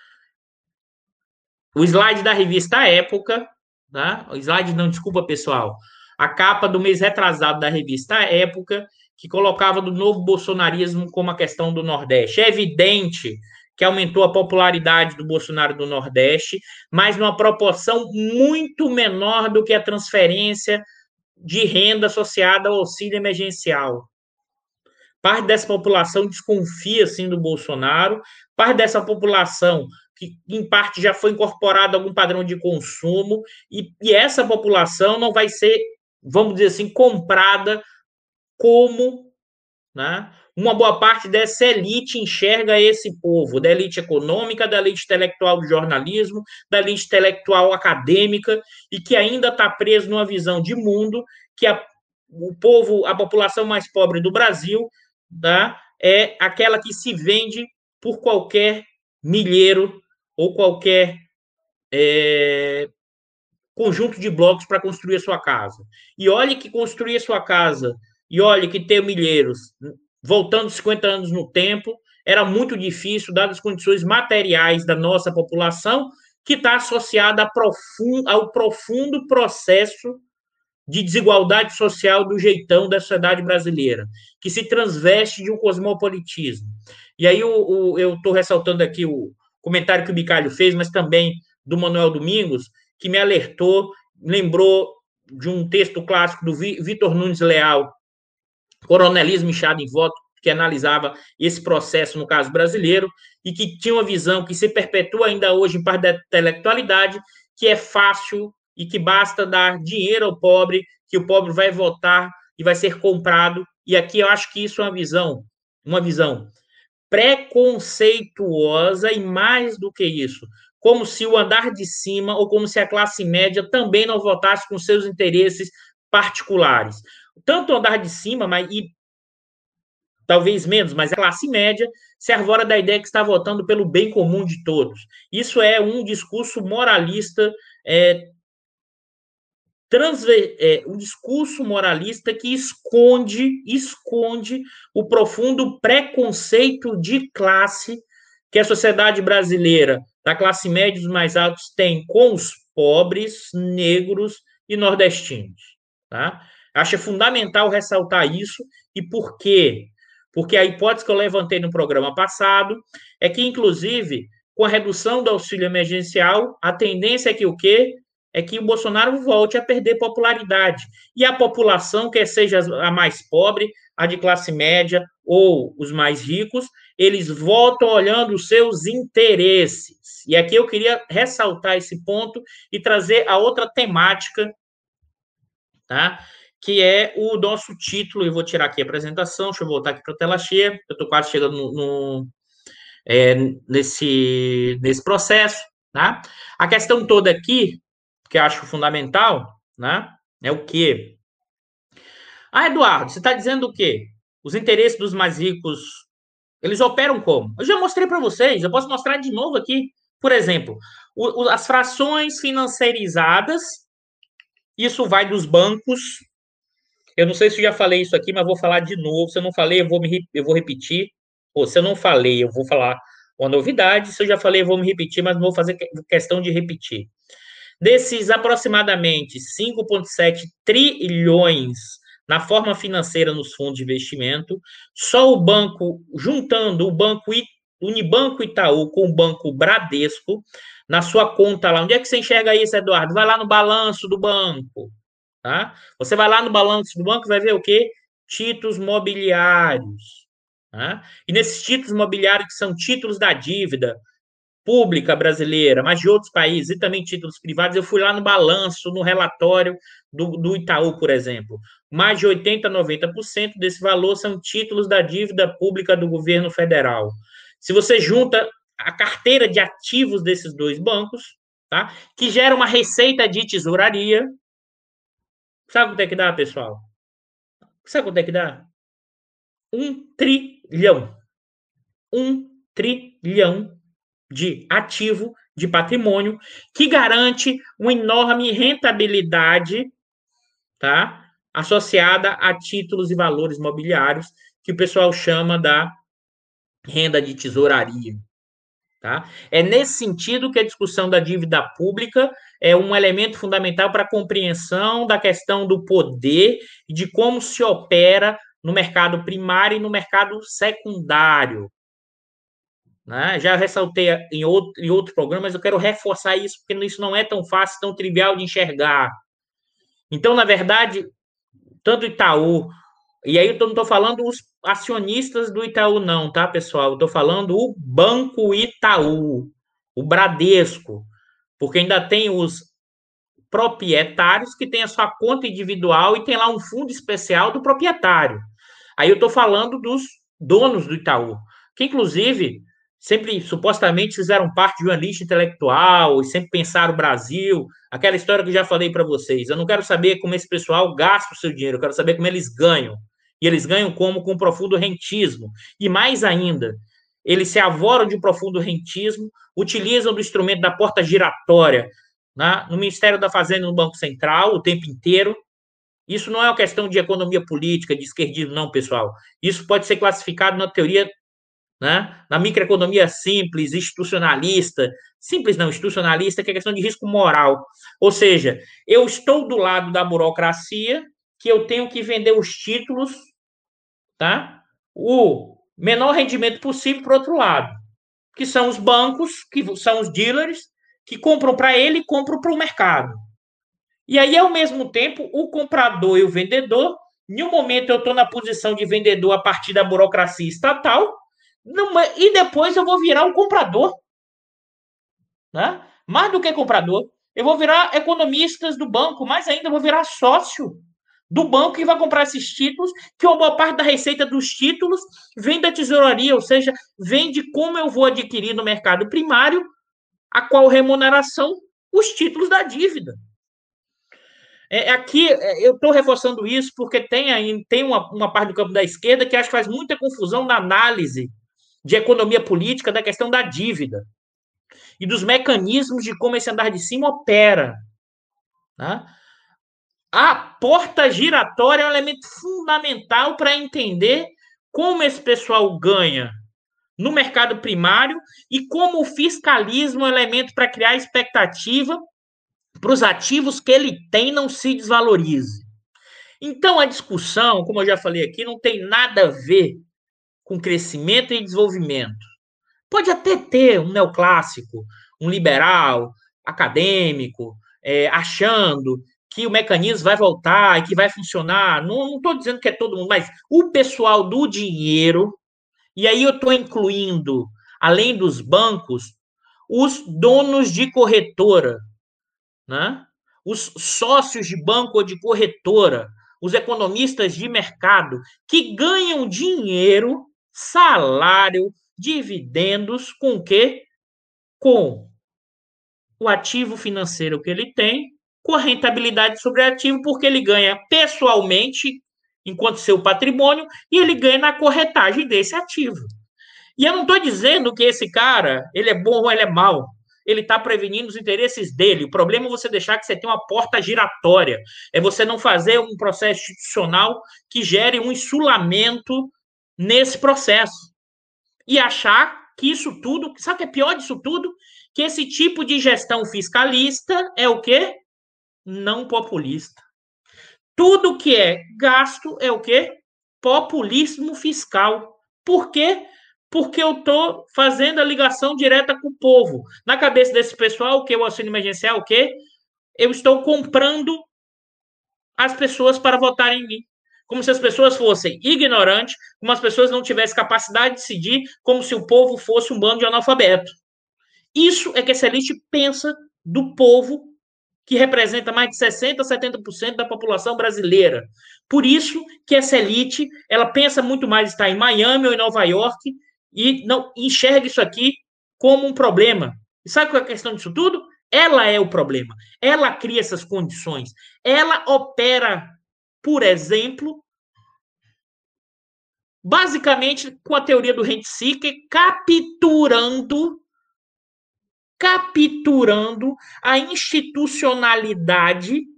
O slide da revista Época, tá? O slide, não, desculpa, pessoal. A capa do mês retrasado da revista Época, que colocava do novo bolsonarismo como a questão do Nordeste. É evidente que aumentou a popularidade do Bolsonaro do Nordeste, mas numa proporção muito menor do que a transferência de renda associada ao auxílio emergencial. Parte dessa população desconfia, sim, do Bolsonaro, parte dessa população que, em parte, já foi incorporado a algum padrão de consumo, e, e essa população não vai ser, vamos dizer assim, comprada como, né, uma boa parte dessa elite enxerga esse povo, da elite econômica, da elite intelectual do jornalismo, da elite intelectual acadêmica, e que ainda está preso numa visão de mundo que a, o povo, a população mais pobre do Brasil, tá, é aquela que se vende por qualquer milheiro ou qualquer é, conjunto de blocos para construir a sua casa. E olhe que construir a sua casa, e olhe que ter milheiros, voltando cinquenta anos no tempo, era muito difícil, dadas as condições materiais da nossa população, que está associada ao profundo processo de desigualdade social do jeitão da sociedade brasileira, que se transveste de um cosmopolitismo. E aí o, o, eu estou ressaltando aqui o comentário que o Bicalho fez, mas também do Manuel Domingos, que me alertou, lembrou de um texto clássico do Vitor Nunes Leal, Coronelismo inchado em voto, que analisava esse processo no caso brasileiro, e que tinha uma visão que se perpetua ainda hoje em parte da intelectualidade, que é fácil e que basta dar dinheiro ao pobre, que o pobre vai votar e vai ser comprado. E aqui eu acho que isso é uma visão, uma visão preconceituosa, e mais do que isso, como se o andar de cima ou como se a classe média também não votasse com seus interesses particulares. Tanto o andar de cima, mas e talvez menos, mas a classe média se arvora da ideia que está votando pelo bem comum de todos. Isso é um discurso moralista, é, transver, é, um discurso moralista que esconde, esconde o profundo preconceito de classe que a sociedade brasileira, da classe média e dos mais altos, tem com os pobres, negros e nordestinos. Tá? Acho fundamental ressaltar isso. E por quê? Porque a hipótese que eu levantei no programa passado é que, inclusive, com a redução do auxílio emergencial, a tendência é que o quê? É que o Bolsonaro volte a perder popularidade. E a população, quer seja a mais pobre, a de classe média ou os mais ricos, eles votam olhando os seus interesses. E aqui eu queria ressaltar esse ponto e trazer a outra temática, tá? Que é o nosso título. Eu vou tirar aqui a apresentação, deixa eu voltar aqui para a tela cheia, eu estou quase chegando no, no, é, nesse, nesse processo. Tá? A questão toda aqui, que eu acho fundamental, né, é o quê? Ah, Eduardo, você está dizendo o quê? Os interesses dos mais ricos, eles operam como? Eu já mostrei para vocês, eu posso mostrar de novo aqui. Por exemplo, o, o, as frações financiarizadas, isso vai dos bancos. Eu não sei se eu já falei isso aqui, mas vou falar de novo. Se eu não falei, eu vou, me, eu vou repetir. Ou se eu não falei, eu vou falar uma novidade. Se eu já falei, eu vou me repetir, mas não vou fazer questão de repetir. Desses aproximadamente cinco vírgula sete trilhões na forma financeira nos fundos de investimento, só o banco, juntando o banco Unibanco Itaú com o banco Bradesco, na sua conta lá. Onde é que você enxerga isso, Eduardo? Vai lá no balanço do banco. Tá? Você vai lá no balanço do banco e vai ver o quê? Títulos mobiliários. Tá? E nesses títulos mobiliários, que são títulos da dívida pública brasileira, mas de outros países, e também títulos privados, eu fui lá no balanço, no relatório do, do Itaú, por exemplo. Mais de oitenta por cento, noventa por cento desse valor são títulos da dívida pública do governo federal. Se você junta a carteira de ativos desses dois bancos, tá? Que gera uma receita de tesouraria. Sabe quanto é que dá, pessoal? Sabe quanto é que dá? Um trilhão. Um trilhão de ativo, de patrimônio, que garante uma enorme rentabilidade, tá? Associada a títulos e valores mobiliários, que o pessoal chama da renda de tesouraria. Tá? É nesse sentido que a discussão da dívida pública é um elemento fundamental para a compreensão da questão do poder e de como se opera no mercado primário e no mercado secundário. Né? Já ressaltei em outro, em outro programa, mas eu quero reforçar isso, porque isso não é tão fácil, tão trivial de enxergar. Então, na verdade, tanto Itaú, e aí eu não estou falando os acionistas do Itaú, não, tá, pessoal? Eu estou falando o Banco Itaú, o Bradesco, porque ainda tem os proprietários que têm a sua conta individual e tem lá um fundo especial do proprietário. Aí eu estou falando dos donos do Itaú, que inclusive sempre supostamente fizeram parte de uma lista intelectual e sempre pensaram o Brasil, aquela história que eu já falei para vocês. Eu não quero saber como esse pessoal gasta o seu dinheiro, eu quero saber como eles ganham. E eles ganham como? Com profundo rentismo. E mais ainda, eles se avoram de um profundo rentismo, utilizam do instrumento da porta giratória, né, no Ministério da Fazenda e no Banco Central o tempo inteiro. Isso não é uma questão de economia política, de esquerdismo, não, pessoal. Isso pode ser classificado na teoria, né, na microeconomia simples, institucionalista, simples não, institucionalista, que é questão de risco moral. Ou seja, eu estou do lado da burocracia, que eu tenho que vender os títulos, tá? O menor rendimento possível para o outro lado, que são os bancos, que são os dealers, que compram para ele e compram para o mercado. E aí, ao mesmo tempo, o comprador e o vendedor, em um momento eu estou na posição de vendedor a partir da burocracia estatal, numa, e depois eu vou virar um comprador. Né? Mais do que comprador, eu vou virar economistas do banco, mais ainda, eu vou virar sócio do banco que vai comprar esses títulos, que uma boa parte da receita dos títulos vem da tesouraria, ou seja, vem de como eu vou adquirir no mercado primário, a qual remuneração? Os títulos da dívida. É, aqui é, eu estou reforçando isso porque tem, aí, tem uma, uma parte do campo da esquerda que acho que faz muita confusão na análise de economia política da questão da dívida e dos mecanismos de como esse andar de cima opera. Né? A porta giratória é um elemento fundamental para entender como esse pessoal ganha no mercado primário e como o fiscalismo é um elemento para criar expectativa para os ativos que ele tem não se desvalorize. Então, a discussão, como eu já falei aqui, não tem nada a ver com crescimento e desenvolvimento. Pode até ter um neoclássico, um liberal, acadêmico, é, achando que o mecanismo vai voltar e que vai funcionar. Não estou dizendo que é todo mundo, mas o pessoal do dinheiro, e aí eu estou incluindo, além dos bancos, os donos de corretora, né? Os sócios de banco ou de corretora, os economistas de mercado, que ganham dinheiro, salário, dividendos, com o quê? Com o ativo financeiro que ele tem com a rentabilidade sobre o ativo, porque ele ganha pessoalmente, enquanto seu patrimônio, e ele ganha na corretagem desse ativo. E eu não estou dizendo que esse cara, ele é bom ou ele é mau. Ele está prevenindo os interesses dele. O problema é você deixar que você tenha uma porta giratória. É você não fazer um processo institucional que gere um insulamento nesse processo. E achar que isso tudo... Sabe o que é pior disso tudo? Que esse tipo de gestão fiscalista é o quê? Não populista. Tudo que é gasto é o quê? Populismo fiscal. Por quê? Porque eu estou fazendo a ligação direta com o povo. Na cabeça desse pessoal, o que o auxílio emergencial, o quê? Eu estou comprando as pessoas para votarem em mim. Como se as pessoas fossem ignorantes, como as pessoas não tivessem capacidade de decidir, como se o povo fosse um bando de analfabeto. Isso é que essa elite pensa do povo, que representa mais de sessenta por cento, setenta por cento da população brasileira. Por isso que essa elite, ela pensa muito mais estar em Miami ou em Nova York e não enxerga isso aqui como um problema. E sabe qual é a questão disso tudo? Ela é o problema. Ela cria essas condições. Ela opera, por exemplo, basicamente com a teoria do rent-seeker, capturando capturando a institucionalidade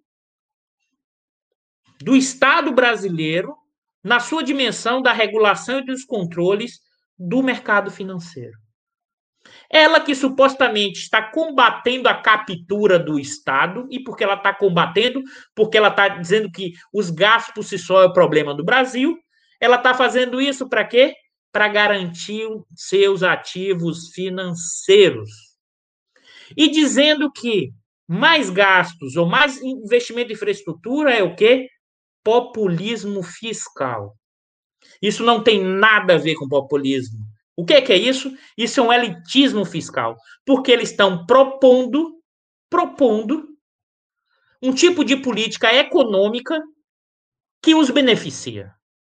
do Estado brasileiro na sua dimensão da regulação e dos controles do mercado financeiro. Ela que supostamente está combatendo a captura do Estado, e porque ela está combatendo, porque ela está dizendo que os gastos por si só é o problema do Brasil, ela está fazendo isso para quê? Para garantir seus ativos financeiros. E dizendo que mais gastos ou mais investimento em infraestrutura é o quê? Populismo fiscal. Isso não tem nada a ver com populismo. O que é, que é isso? Isso é um elitismo fiscal, porque eles estão propondo, propondo um tipo de política econômica que os beneficia.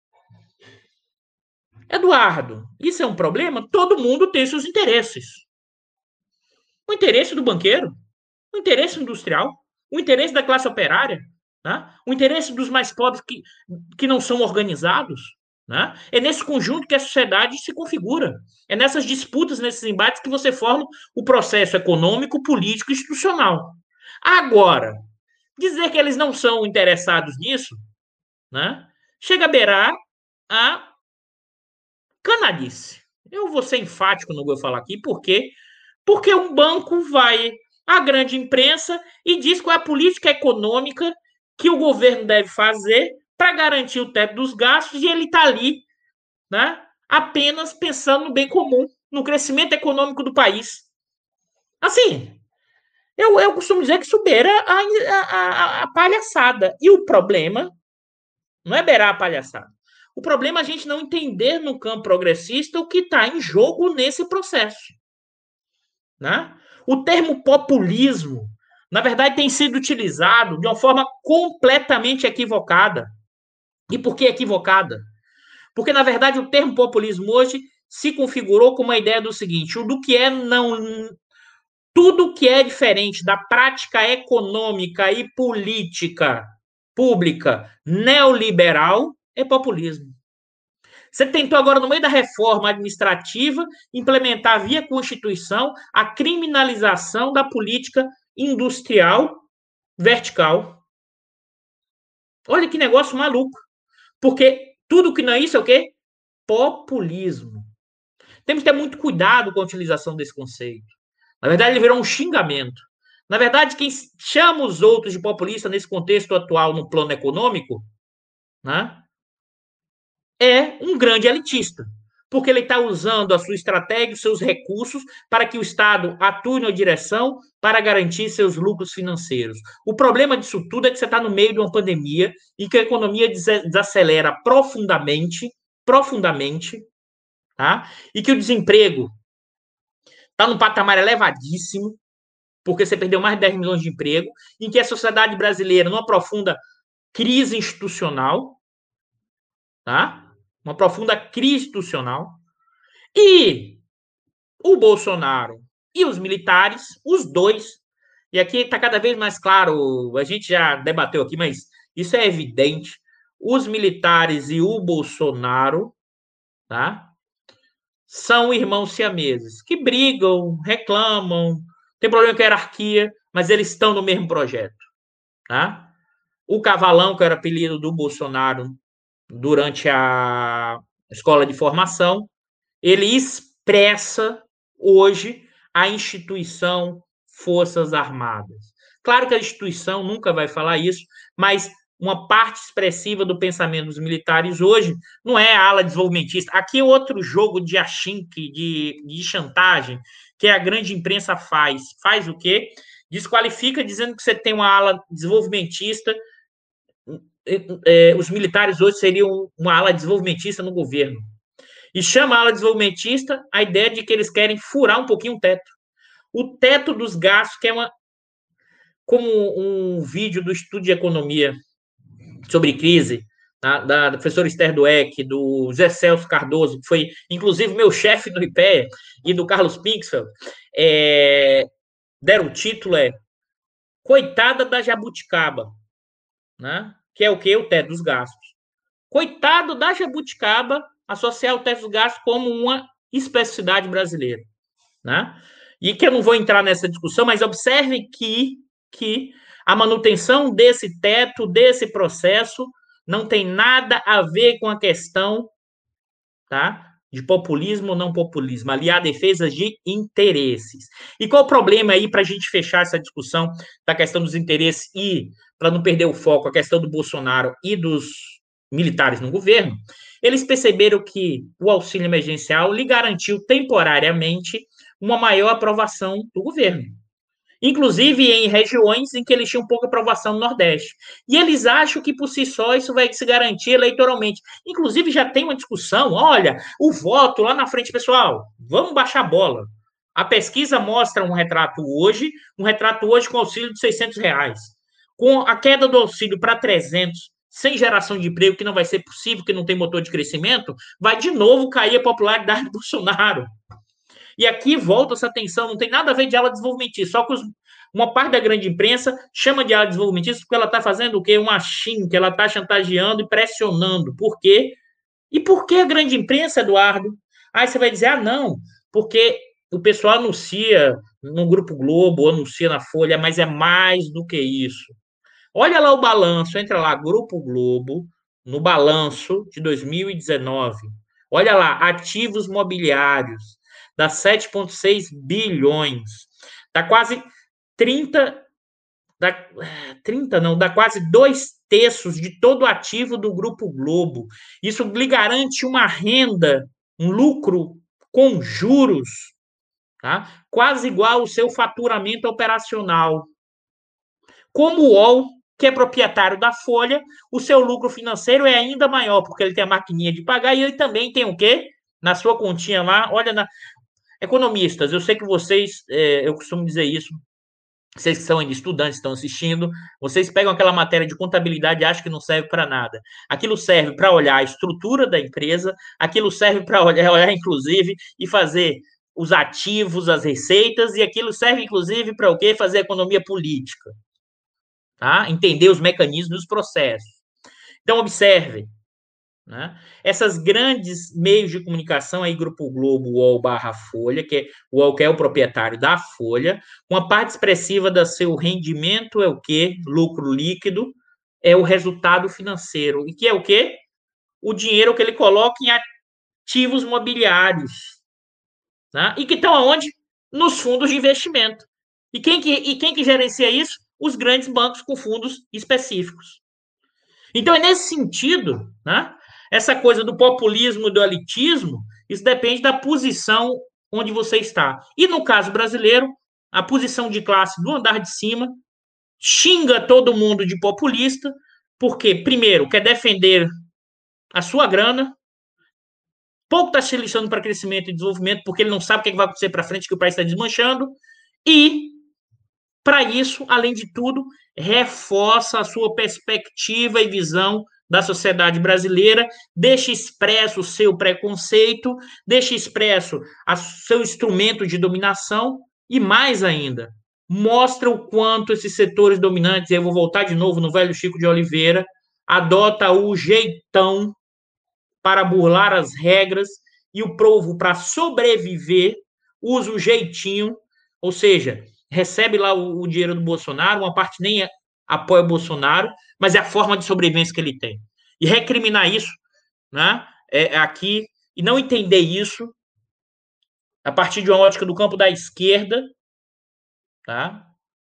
Eduardo, isso é um problema? Todo mundo tem seus interesses. O interesse do banqueiro, o interesse industrial, o interesse da classe operária, né? O interesse dos mais pobres que, que não são organizados. Né? É nesse conjunto que a sociedade se configura. É nessas disputas, nesses embates que você forma o processo econômico, político e institucional. Agora, dizer que eles não são interessados nisso, né, chega a beirar a canalice. Eu vou ser enfático no que eu falar aqui, por quê? Porque um banco vai à grande imprensa e diz qual é a política econômica que o governo deve fazer para garantir o teto dos gastos, e ele está ali, né, apenas pensando no bem comum, no crescimento econômico do país. Assim, eu, eu costumo dizer que isso beira a, a, a palhaçada. E o problema não é beirar a palhaçada. O problema é a gente não entender no campo progressista o que está em jogo nesse processo. Né? O termo populismo, na verdade, tem sido utilizado de uma forma completamente equivocada. E por que equivocada? Porque, na verdade, o termo populismo hoje se configurou como a ideia do seguinte: o do que é não. Tudo que é diferente da prática econômica e política pública neoliberal é populismo. Você tentou agora, no meio da reforma administrativa, implementar via Constituição a criminalização da política industrial vertical. Olha que negócio maluco. Porque tudo que não é isso é o quê? Populismo. Temos que ter muito cuidado com a utilização desse conceito. Na verdade, ele virou um xingamento. Na verdade, quem chama os outros de populista nesse contexto atual, no plano econômico, né, é um grande elitista. Porque ele está usando a sua estratégia, os seus recursos, para que o Estado atue na direção para garantir seus lucros financeiros. O problema disso tudo é que você está no meio de uma pandemia e que a economia desacelera profundamente, profundamente, tá? E que o desemprego está num patamar elevadíssimo, porque você perdeu mais de dez milhões de emprego, em que a sociedade brasileira, numa profunda crise institucional, tá? Uma profunda crise institucional, e o Bolsonaro e os militares, os dois, E aqui está cada vez mais claro, a gente já debateu aqui, mas isso é evidente. Os militares e o Bolsonaro, tá? São irmãos siameses, que brigam, reclamam, tem problema com a hierarquia, mas eles estão no mesmo projeto, tá? O Cavalão, que era apelido do Bolsonaro durante a escola de formação, ele expressa hoje a instituição Forças Armadas. Claro que a instituição nunca vai falar isso, mas uma parte expressiva do pensamento dos militares hoje não é a ala desenvolvimentista. Aqui é outro jogo de achinque, de, de chantagem, que a grande imprensa faz. Faz o quê? Desqualifica dizendo que você tem uma ala desenvolvimentista. É, os militares hoje seriam uma ala desenvolvimentista no governo. E chama a ala desenvolvimentista a ideia de que eles querem furar um pouquinho o teto. O teto dos gastos, que é uma. Como um vídeo do Estudo de Economia sobre crise, tá? Da professora Esther Dweck, do Zé Celso Cardoso, que foi, inclusive, meu chefe no I P E A, e do Carlos Pinksfeld, é, deram o título, é Coitada da Jabuticaba, né? Que é o quê? O teto dos gastos. Coitado da jabuticaba associar o teto dos gastos como uma especificidade brasileira, né? E que eu não vou entrar nessa discussão, mas observe que, que a manutenção desse teto, desse processo, não tem nada a ver com a questão, tá? De populismo ou não populismo. Ali há defesa de interesses. E qual o problema aí para a gente fechar essa discussão da questão dos interesses e, para não perder o foco, a questão do Bolsonaro e dos militares no governo? Eles perceberam que o auxílio emergencial lhe garantiu temporariamente uma maior aprovação do governo, inclusive em regiões em que eles tinham pouca aprovação no Nordeste. E eles acham que, por si só, isso vai se garantir eleitoralmente. Inclusive, já tem uma discussão, olha, o voto lá na frente, pessoal, vamos baixar a bola. A pesquisa mostra um retrato hoje, um retrato hoje com auxílio de seiscentos reais. Com a queda do auxílio para trezentos, sem geração de emprego, que não vai ser possível, que não tem motor de crescimento, vai de novo cair a popularidade do Bolsonaro. E aqui volta essa tensão, não tem nada a ver de ala desenvolvimentista, só que os, uma parte da grande imprensa chama de ala desenvolvimentista porque ela está fazendo o quê? Um achinho, que ela está chantageando e pressionando. Por quê? E por que a grande imprensa, Eduardo? Aí você vai dizer, ah, não, porque o pessoal anuncia no Grupo Globo, anuncia na Folha, mas é mais do que isso. Olha lá o balanço, entra lá, Grupo Globo, no balanço de dois mil e dezenove. Olha lá, ativos mobiliários, dá sete vírgula seis bilhões. Dá quase trinta, dá, trinta não, dá quase dois terços de todo o ativo do Grupo Globo. Isso lhe garante uma renda, um lucro com juros, tá? Quase igual ao seu faturamento operacional. Como o U O L, que é proprietário da Folha, o seu lucro financeiro é ainda maior, porque ele tem a maquininha de pagar e ele também tem o quê? Na sua continha lá, olha, na... economistas, eu sei que vocês, é, eu costumo dizer isso, vocês que são ainda estudantes, estão assistindo, vocês pegam aquela matéria de contabilidade e acham que não serve para nada. Aquilo serve para olhar a estrutura da empresa, aquilo serve para olhar, olhar, inclusive, e fazer os ativos, as receitas, e aquilo serve, inclusive, para o quê? Fazer economia política. Tá? Entender os mecanismos e os processos. Então, observe, né? Essas grandes meios de comunicação, aí Grupo Globo, U O L barra Folha, que é o U O L que é o proprietário da Folha, uma parte expressiva do seu rendimento é o quê? Lucro líquido, é o resultado financeiro. E que é o quê? O dinheiro que ele coloca em ativos mobiliários. Né? E que estão aonde? Nos fundos de investimento. E quem que, e quem que gerencia isso? Os grandes bancos com fundos específicos. Então, é nesse sentido, né? Essa coisa do populismo, do elitismo, isso depende da posição onde você está. E no caso brasileiro, a posição de classe do andar de cima xinga todo mundo de populista, porque, primeiro, quer defender a sua grana, pouco está se lixando para crescimento e desenvolvimento, porque ele não sabe o que vai acontecer para frente, que o país está desmanchando, e para isso, além de tudo, reforça a sua perspectiva e visão da sociedade brasileira, deixa expresso o seu preconceito, deixa expresso o seu instrumento de dominação e, mais ainda, mostra o quanto esses setores dominantes, e eu vou voltar de novo no velho Chico de Oliveira, adota o jeitão para burlar as regras e o povo, para sobreviver, usa o jeitinho, ou seja, recebe lá o, o dinheiro do Bolsonaro, uma parte nem apoia o Bolsonaro, mas é a forma de sobrevivência que ele tem. E recriminar isso, né, é, aqui, e não entender isso a partir de uma ótica do campo da esquerda, tá?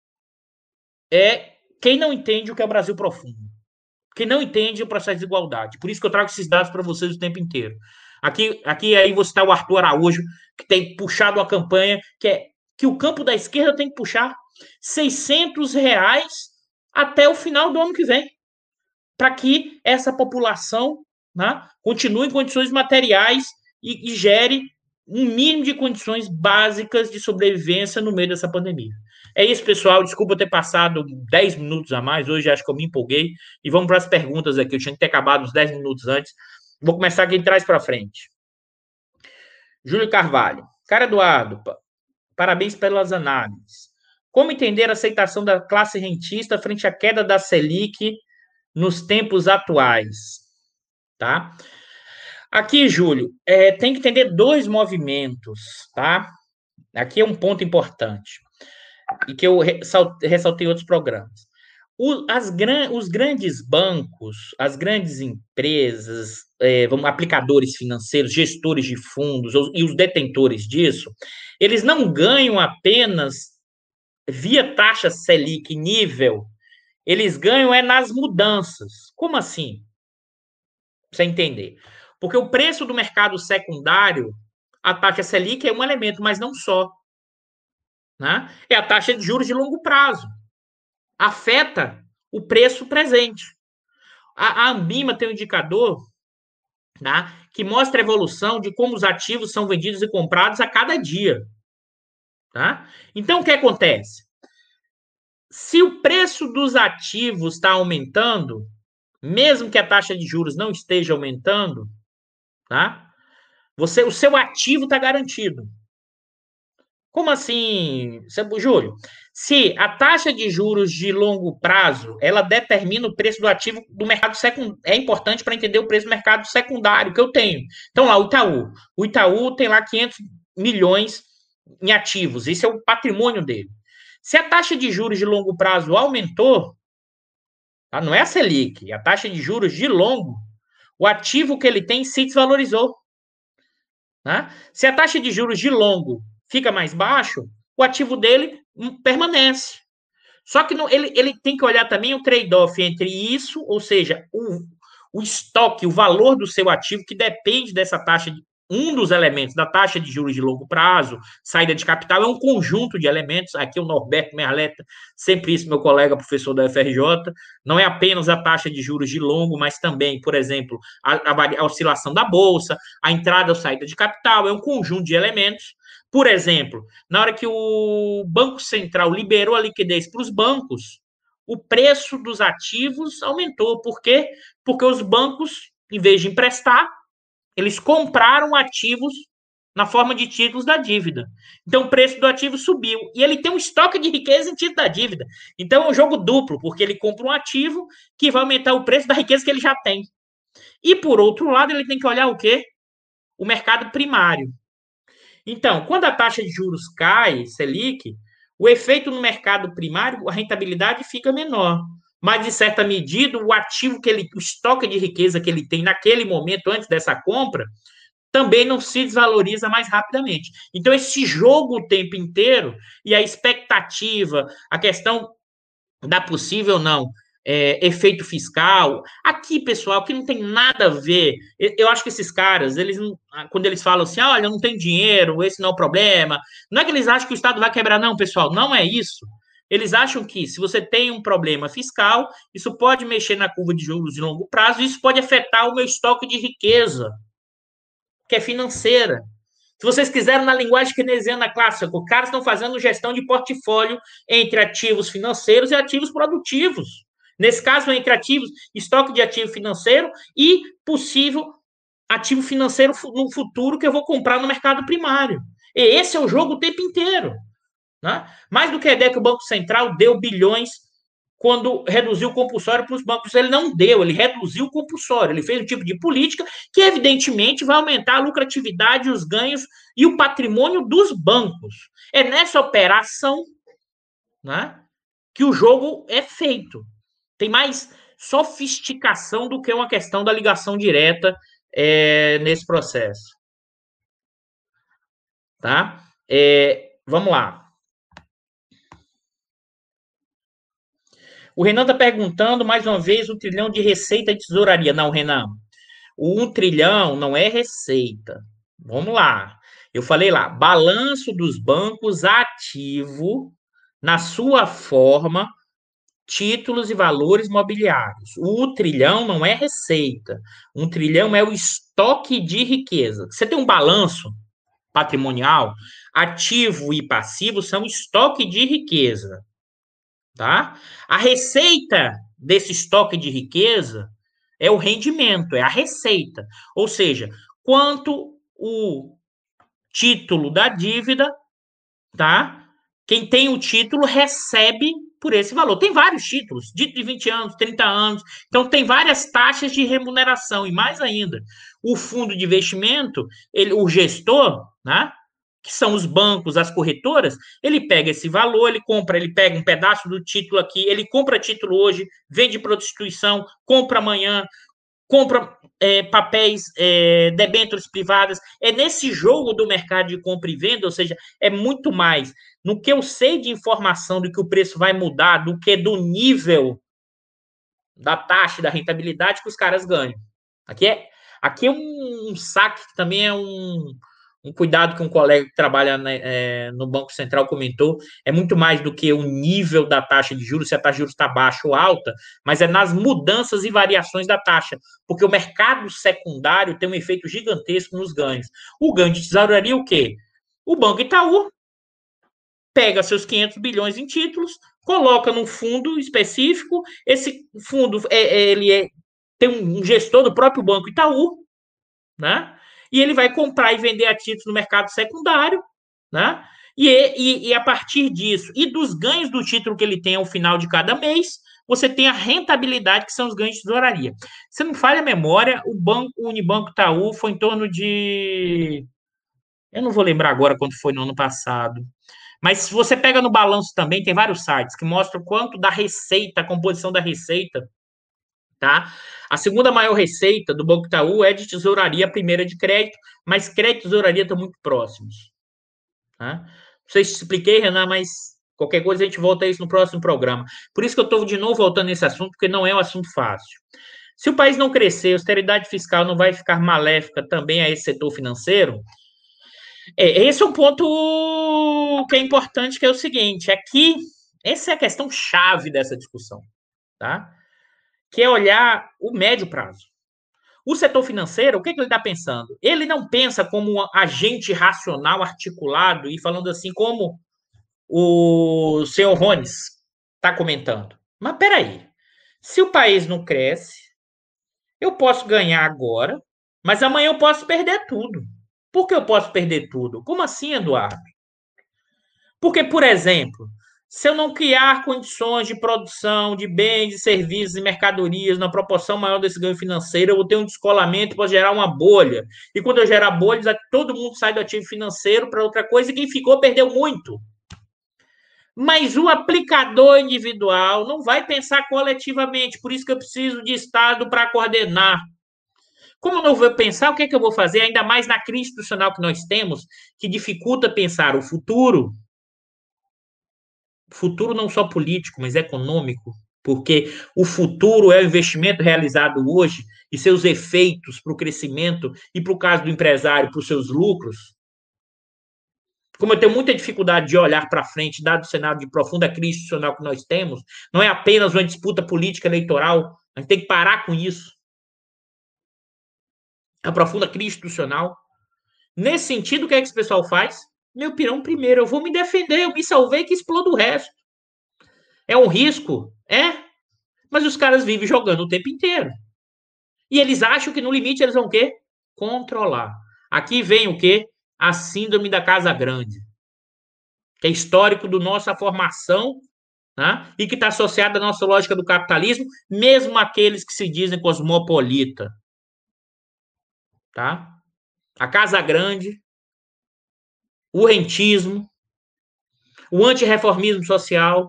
É quem não entende o que é o Brasil profundo. Quem não entende o processo de igualdade. Por isso que eu trago esses dados para vocês o tempo inteiro. Aqui, aqui aí você está o Arthur Araújo, que tem puxado uma campanha que é que o campo da esquerda tem que puxar seiscentos reais até o final do ano que vem, para que essa população, né, continue em condições materiais e, e gere um mínimo de condições básicas de sobrevivência no meio dessa pandemia. É isso, pessoal. Desculpa eu ter passado dez minutos a mais. Hoje acho que eu me empolguei. E vamos para as perguntas aqui. Eu tinha que ter acabado uns dez minutos antes. Vou começar aqui de trás para frente. Júlio Carvalho. Cara Eduardo, parabéns pelas análises. Como entender a aceitação da classe rentista frente à queda da Selic nos tempos atuais? Tá? Aqui, Júlio, é, tem que entender dois movimentos, tá? Aqui é um ponto importante e que eu ressaltei em outros programas. O, as, os grandes bancos, as grandes empresas, é, vamos, aplicadores financeiros, gestores de fundos e os detentores disso, eles não ganham apenas via taxa Selic nível, eles ganham é nas mudanças. Como assim? Pra você entender. Porque o preço do mercado secundário, a taxa Selic é um elemento, mas não só. Né? É a taxa de juros de longo prazo. Afeta o preço presente. A, a Ambima tem um indicador, tá, que mostra a evolução de como os ativos são vendidos e comprados a cada dia. Tá? Então, o que acontece? Se o preço dos ativos está aumentando, mesmo que a taxa de juros não esteja aumentando, tá? Você, o seu ativo está garantido. Como assim, Júlio? Se a taxa de juros de longo prazo, ela determina o preço do ativo do mercado secundário. É importante para entender o preço do mercado secundário que eu tenho. Então, lá, o Itaú. O Itaú tem lá quinhentos milhões em ativos. Esse é o patrimônio dele. Se a taxa de juros de longo prazo aumentou, tá? Não é a Selic, é a taxa de juros de longo, o ativo que ele tem se desvalorizou. Né? Se a taxa de juros de longo fica mais baixo, o ativo dele permanece. Só que não, ele, ele tem que olhar também o trade-off entre isso, ou seja, o, o estoque, o valor do seu ativo, que depende dessa taxa de, um dos elementos da taxa de juros de longo prazo, saída de capital, é um conjunto de elementos. Aqui o Norberto Merleta, sempre isso, meu colega professor da F R J, não é apenas a taxa de juros de longo, mas também, por exemplo, a, a, a oscilação da bolsa, a entrada ou saída de capital, é um conjunto de elementos. Por exemplo, na hora que o Banco Central liberou a liquidez para os bancos, o preço dos ativos aumentou. Por quê? Porque os bancos, em vez de emprestar, eles compraram ativos na forma de títulos da dívida. Então, o preço do ativo subiu. E ele tem um estoque de riqueza em título da dívida. Então, é um jogo duplo, porque ele compra um ativo que vai aumentar o preço da riqueza que ele já tem. E, por outro lado, ele tem que olhar o quê? O mercado primário. Então, quando a taxa de juros cai, Selic, o efeito no mercado primário, a rentabilidade fica menor. Mas, de certa medida, o ativo que ele, o estoque de riqueza que ele tem naquele momento, antes dessa compra, também não se desvaloriza mais rapidamente. Então, esse jogo o tempo inteiro e a expectativa, a questão da possível não é, efeito fiscal. Aqui, pessoal, que não tem nada a ver. Eu acho que esses caras, eles não, quando eles falam assim, olha, não tem dinheiro, esse não é o problema, não é que eles acham que o Estado vai quebrar, não, pessoal, não é isso. Eles acham que se você tem um problema fiscal, isso pode mexer na curva de juros de longo prazo, e isso pode afetar o meu estoque de riqueza, que é financeira. Se vocês quiserem, na linguagem keynesiana clássica, os caras estão fazendo gestão de portfólio entre ativos financeiros e ativos produtivos. Nesse caso, entre ativos, estoque de ativo financeiro e possível ativo financeiro no futuro que eu vou comprar no mercado primário. E esse é o jogo o tempo inteiro. Né? Mais do que a ideia que o Banco Central deu bilhões quando reduziu o compulsório para os bancos. Ele não deu, ele reduziu o compulsório. Ele fez um tipo de política que, evidentemente, vai aumentar a lucratividade, os ganhos e o patrimônio dos bancos. É nessa operação, né, que o jogo é feito. Tem mais sofisticação do que uma questão da ligação direta é, nesse processo. Tá? É, vamos lá. O Renan está perguntando, mais uma vez, o trilhão de receita de tesouraria. Não, Renan, o um trilhão não é receita. Vamos lá. Eu falei lá, balanço dos bancos ativo na sua forma, títulos e valores mobiliários. O trilhão não é receita. Um trilhão é o estoque de riqueza. Você tem um balanço patrimonial, ativo e passivo são estoque de riqueza, tá? A receita desse estoque de riqueza é o rendimento, é a receita. Ou seja, quanto o título da dívida, tá? Quem tem o título recebe por esse valor. Tem vários títulos, de vinte anos, trinta anos. Então, tem várias taxas de remuneração. E mais ainda, o fundo de investimento, ele, o gestor, né? Que são os bancos, as corretoras, ele pega esse valor, ele compra, ele pega um pedaço do título aqui, ele compra título hoje, vende para outra instituição, compra amanhã, compra é, papéis, é, debêntures privadas. É nesse jogo do mercado de compra e venda, ou seja, é muito mais no que eu sei de informação do que o preço vai mudar, do que do nível da taxa da rentabilidade que os caras ganham. Aqui é, aqui é um, um saque que também é um, um cuidado que um colega que trabalha né, é, no Banco Central comentou, é muito mais do que o nível da taxa de juros, se a taxa de juros está baixa ou alta, mas é nas mudanças e variações da taxa, porque o mercado secundário tem um efeito gigantesco nos ganhos. O ganho de tesouraria, o quê? O Banco Itaú pega seus quinhentos bilhões em títulos, coloca num fundo específico, esse fundo é, é, ele é, tem um gestor do próprio Banco Itaú, né? E ele vai comprar e vender a títulos no mercado secundário, né? E, e, e a partir disso e dos ganhos do título que ele tem ao final de cada mês, você tem a rentabilidade, que são os ganhos de tesouraria. Se não falha a memória, o banco, o Unibanco Itaú foi em torno de. Eu não vou lembrar agora quanto foi no ano passado. Mas se você pega no balanço também, tem vários sites que mostram quanto da receita, a composição da receita, tá? A segunda maior receita do Banco Itaú é de tesouraria, a primeira de crédito, mas crédito e tesouraria estão muito próximos. Tá? Não sei se expliquei, Renan, mas qualquer coisa a gente volta a isso no próximo programa. Por isso que eu estou de novo voltando nesse assunto, porque não é um assunto fácil. Se o país não crescer, a austeridade fiscal não vai ficar maléfica também a esse setor financeiro? É, esse é um ponto que é importante, que é o seguinte, aqui, essa é a questão chave dessa discussão, tá? Que é olhar o médio prazo. O setor financeiro, o que, que ele está pensando? Ele não pensa como um agente racional articulado e falando assim como o senhor Rones está comentando. Mas peraí, se o país não cresce, eu posso ganhar agora, mas amanhã eu posso perder tudo. Por que eu posso perder tudo? Como assim, Eduardo? Porque, por exemplo, se eu não criar condições de produção de bens, de serviços e mercadorias na proporção maior desse ganho financeiro, eu vou ter um descolamento, posso gerar uma bolha. E quando eu gerar bolhas, todo mundo sai do ativo financeiro para outra coisa e quem ficou perdeu muito. Mas o aplicador individual não vai pensar coletivamente, por isso que eu preciso de Estado para coordenar. Como eu não vou pensar, o que, é que eu vou fazer? Ainda mais na crise institucional que nós temos, que dificulta pensar o futuro, futuro não só político, mas econômico, porque o futuro é o investimento realizado hoje e seus efeitos para o crescimento e para o caso do empresário, para os seus lucros. Como eu tenho muita dificuldade de olhar para frente, dado o cenário de profunda crise institucional que nós temos, não é apenas uma disputa política eleitoral, a gente tem que parar com isso. A profunda crise institucional. Nesse sentido, o que é que esse pessoal faz? Meu pirão, primeiro, eu vou me defender, eu me salvei que exploda o resto. É um risco? É. Mas os caras vivem jogando o tempo inteiro. E eles acham que no limite eles vão o quê? Controlar. Aqui vem o quê? A síndrome da casa grande. que é histórico do nossa formação, né? E que está associado à nossa lógica do capitalismo, mesmo aqueles que se dizem cosmopolita. Tá? A Casa Grande, o rentismo, o antirreformismo social,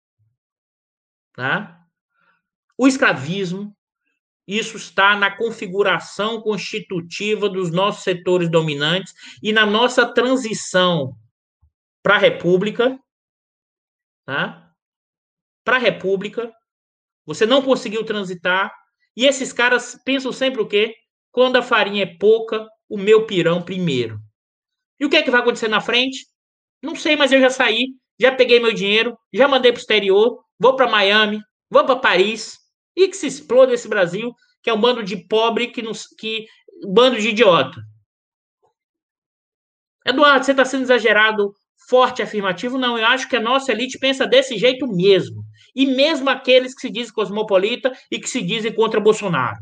tá? O escravismo, isso está na configuração constitutiva dos nossos setores dominantes e na nossa transição para a República, tá? Para a República, você não conseguiu transitar, e esses caras pensam sempre o quê? Quando a farinha é pouca, o meu pirão primeiro. E o que é que vai acontecer na frente? Não sei, mas eu já saí, já peguei meu dinheiro, já mandei para o exterior, vou para Miami, vou para Paris, e que se exploda esse Brasil, que é um bando de pobre, que, nos, que um bando de idiota. Eduardo, você está sendo exagerado, forte, afirmativo? Não, eu acho que a nossa elite pensa desse jeito mesmo. E mesmo aqueles que se dizem cosmopolita e que se dizem contra Bolsonaro.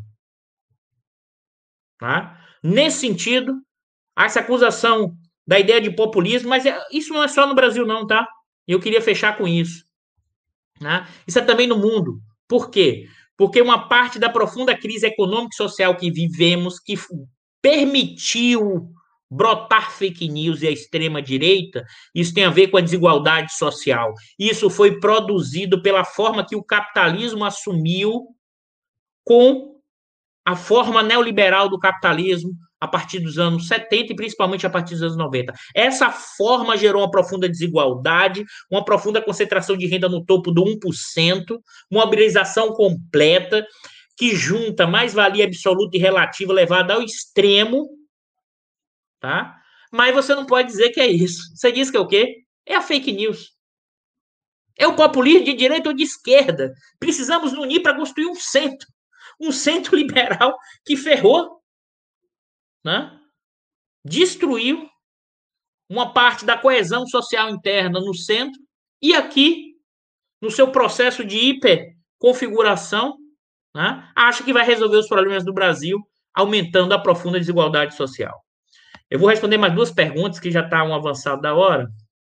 Tá? Nesse sentido, essa acusação da ideia de populismo, mas isso não é só no Brasil não, tá? Eu queria fechar com isso. Né? Isso é também no mundo. Por quê? Porque uma parte da profunda crise econômica e social que vivemos, que permitiu brotar fake news e a extrema-direita, isso tem a ver com a desigualdade social. Isso foi produzido pela forma que o capitalismo assumiu com a forma neoliberal do capitalismo a partir dos anos setenta e principalmente a partir dos anos noventa. Essa forma gerou uma profunda desigualdade, uma profunda concentração de renda no topo do um por cento, uma mobilização completa que junta mais-valia absoluta e relativa levada ao extremo, tá? Mas você não pode dizer que é isso. Você diz que é o quê? É a fake news. É o populismo de direita ou de esquerda. Precisamos nos unir para construir um centro. Um centro liberal que ferrou, né? Destruiu uma parte da coesão social interna no centro e aqui, no seu processo de hiperconfiguração, né, acha que vai resolver os problemas do Brasil aumentando a profunda desigualdade social. Eu vou responder mais duas perguntas que já está um avançado da hora.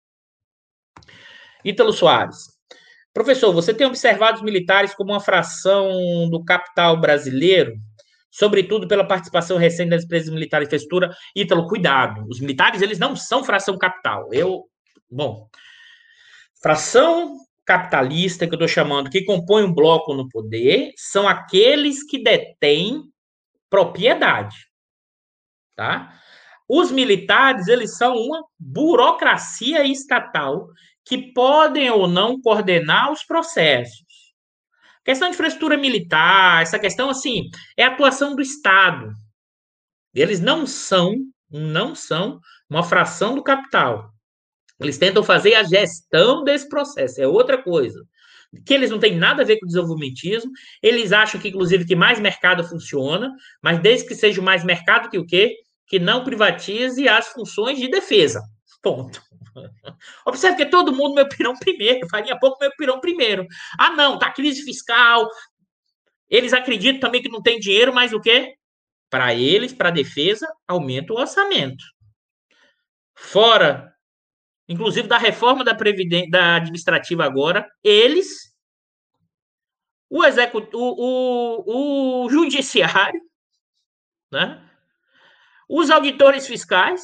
Ítalo Soares. Professor, você tem observado os militares como uma fração do capital brasileiro, sobretudo pela participação recente das empresas militares em infraestrutura? Ítalo, cuidado. Os militares, eles não são fração capital. Eu, bom, fração capitalista, que eu estou chamando, que compõe um bloco no poder, são aqueles que detêm propriedade, tá? Os militares, eles são uma burocracia estatal que podem ou não coordenar os processos. Questão de infraestrutura militar, essa questão, assim, é a atuação do Estado. Eles não são, não são uma fração do capital. Eles tentam fazer a gestão desse processo, é outra coisa. Que eles não têm nada a ver com o desenvolvimentismo, eles acham que, inclusive, que mais mercado funciona, mas desde que seja mais mercado que o quê? Que não privatize as funções de defesa. Ponto. Observe que todo mundo meu pirão primeiro, faria pouco meu pirão primeiro. Ah, não, tá crise fiscal. Eles acreditam também que não tem dinheiro, mas o quê? Para eles, para a defesa, aumenta o orçamento. Fora, inclusive, da reforma da, Previdência, da administrativa agora, eles, o, execut... o, o, o judiciário, né? Os auditores fiscais,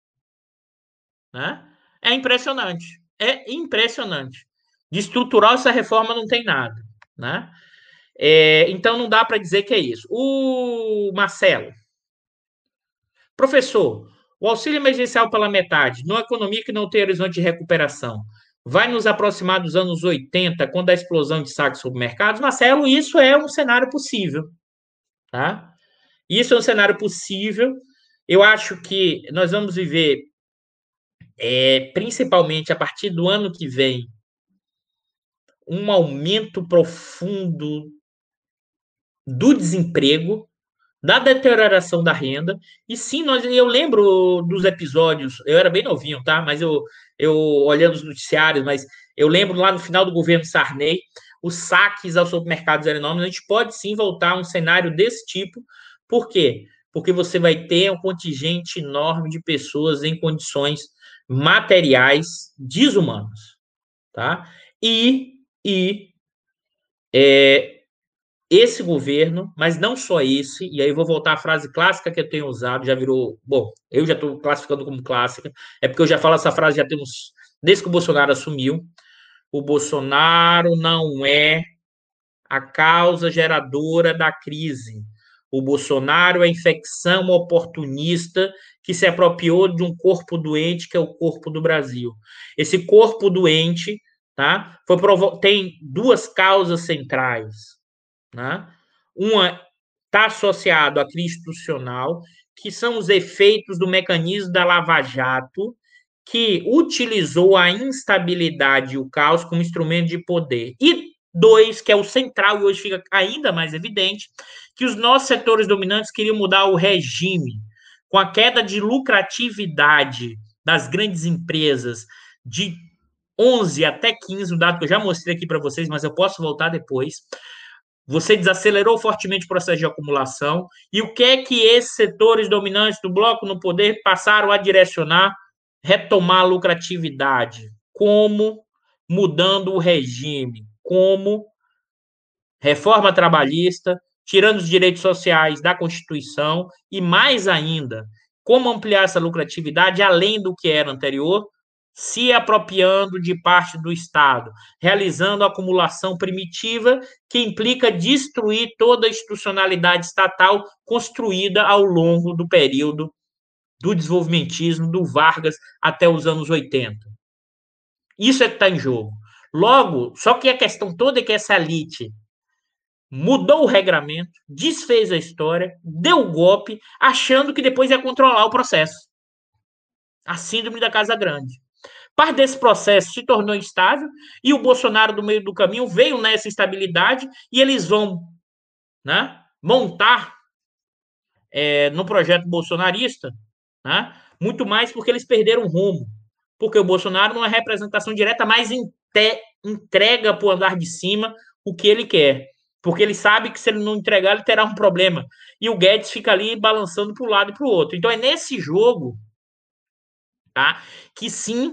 né? É impressionante. É impressionante. De estrutural, essa reforma não tem nada, né? É, então, não dá para dizer que é isso. O Marcelo. Professor, o auxílio emergencial pela metade, numa economia que não tem horizonte de recuperação, vai nos aproximar dos anos oitenta, quando a explosão de saques supermercados? Marcelo, isso é um cenário possível, tá? Isso é um cenário possível. Eu acho que nós vamos viver, é, principalmente a partir do ano que vem, um aumento profundo do desemprego, da deterioração da renda. E sim, nós, eu lembro dos episódios, eu era bem novinho, tá? Mas eu, eu olhando os noticiários, mas eu lembro lá no final do governo Sarney, os saques aos supermercados eram enormes. A gente pode sim voltar a um cenário desse tipo. Por quê? Porque você vai ter um contingente enorme de pessoas em condições materiais desumanos, tá? E, e é, esse governo, mas não só esse, e aí eu vou voltar à frase clássica que eu tenho usado, já virou, bom, eu já estou classificando como clássica, é porque eu já falo essa frase já temos, desde que o Bolsonaro assumiu, o Bolsonaro não é a causa geradora da crise. O Bolsonaro é a infecção oportunista que se apropriou de um corpo doente, que é o corpo do Brasil. Esse corpo doente, tá, foi provo- tem duas causas centrais, né? Uma está associada à crise institucional, que são os efeitos do mecanismo da Lava Jato, que utilizou a instabilidade e o caos como instrumento de poder. E dois, que é o central e hoje fica ainda mais evidente, que os nossos setores dominantes queriam mudar o regime, com a queda de lucratividade das grandes empresas de onze até quinze, um dado que eu já mostrei aqui para vocês, mas eu posso voltar depois. Você desacelerou fortemente o processo de acumulação. E o que é que esses setores dominantes do bloco no poder passaram a direcionar? Retomar a lucratividade. Como? Mudando o regime. Como? Reforma trabalhista, tirando os direitos sociais da Constituição e, mais ainda, como ampliar essa lucratividade além do que era anterior, se apropriando de parte do Estado, realizando a acumulação primitiva que implica destruir toda a institucionalidade estatal construída ao longo do período do desenvolvimentismo, do Vargas, até os anos oitenta. Isso é que está em jogo. Logo, só que a questão toda é que essa elite mudou o regramento, desfez a história, deu o golpe, achando que depois ia controlar o processo. A síndrome da Casa Grande. Parte desse processo se tornou instável e o Bolsonaro, do meio do caminho, veio nessa instabilidade e eles vão, né, montar é, no projeto bolsonarista, né, muito mais porque eles perderam o rumo. Porque o Bolsonaro não é representação direta, mas entrega para o andar de cima o que ele quer. Porque ele sabe que se ele não entregar, ele terá um problema. E o Guedes fica ali balançando para um lado e para o outro. Então é nesse jogo, tá, que sim,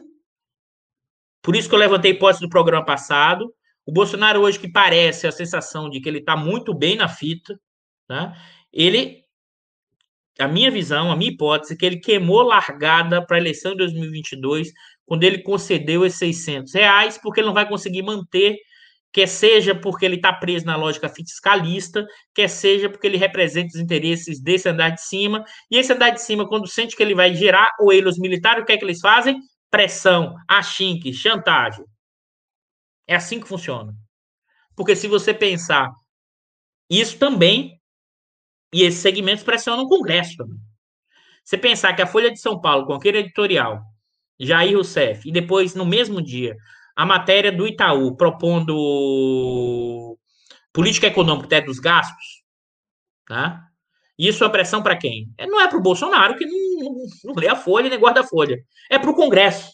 por isso que eu levantei hipótese do programa passado, o Bolsonaro hoje, que parece a sensação de que ele está muito bem na fita, tá, ele, a minha visão, a minha hipótese, é que ele queimou largada para a eleição de dois mil e vinte e dois, quando ele concedeu esses seiscentos reais, porque ele não vai conseguir manter, quer seja porque ele está preso na lógica fiscalista, quer seja porque ele representa os interesses desse andar de cima, e esse andar de cima, quando sente que ele vai gerar ou ele, os militares, o que é que eles fazem? Pressão, achinque, chantagem. É assim que funciona. Porque se você pensar, isso também, e esses segmentos pressionam o Congresso também. Você pensar que a Folha de São Paulo, com aquele editorial, Jair Rousseff, e depois, no mesmo dia, a matéria do Itaú propondo política econômica teto dos gastos, tá? Isso é pressão para quem? Não é para o Bolsonaro, que não, não, não lê a Folha nem guarda a Folha. É para o Congresso,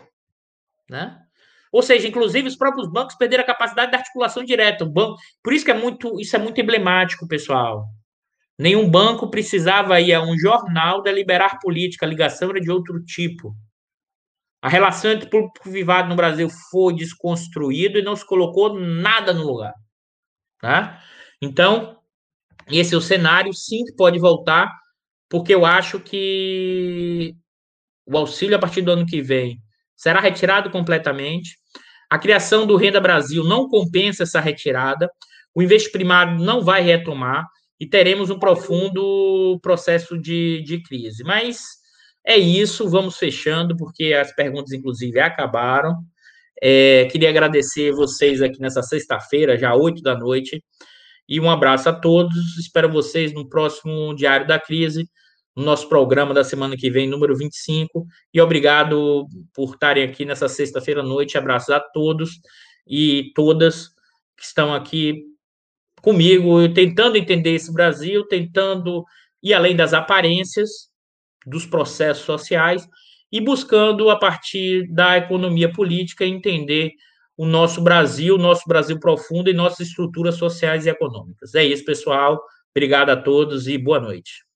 né? Ou seja, inclusive os próprios bancos perderam a capacidade de articulação direta. O banco, por isso que é muito, isso é muito emblemático, pessoal. Nenhum banco precisava ir a um jornal deliberar política, a ligação era de outro tipo. A relação entre público e privado no Brasil foi desconstruída e não se colocou nada no lugar. Tá? Então, esse é o cenário, sim, que pode voltar, porque eu acho que o auxílio a partir do ano que vem será retirado completamente. A criação do Renda Brasil não compensa essa retirada. O investimento primário não vai retomar e teremos um profundo processo de, de crise. Mas é isso, vamos fechando, porque as perguntas, inclusive, acabaram. É, queria agradecer vocês aqui nessa sexta-feira, já oito da noite, e um abraço a todos. Espero vocês no próximo Diário da Crise, no nosso programa da semana que vem, número vinte e cinco. E obrigado por estarem aqui nessa sexta-feira à noite. Abraços a todos e todas que estão aqui comigo, tentando entender esse Brasil, tentando ir além das aparências, dos processos sociais e buscando, a partir da economia política, entender o nosso Brasil, o nosso Brasil profundo e nossas estruturas sociais e econômicas. É isso, pessoal. Obrigado a todos e boa noite.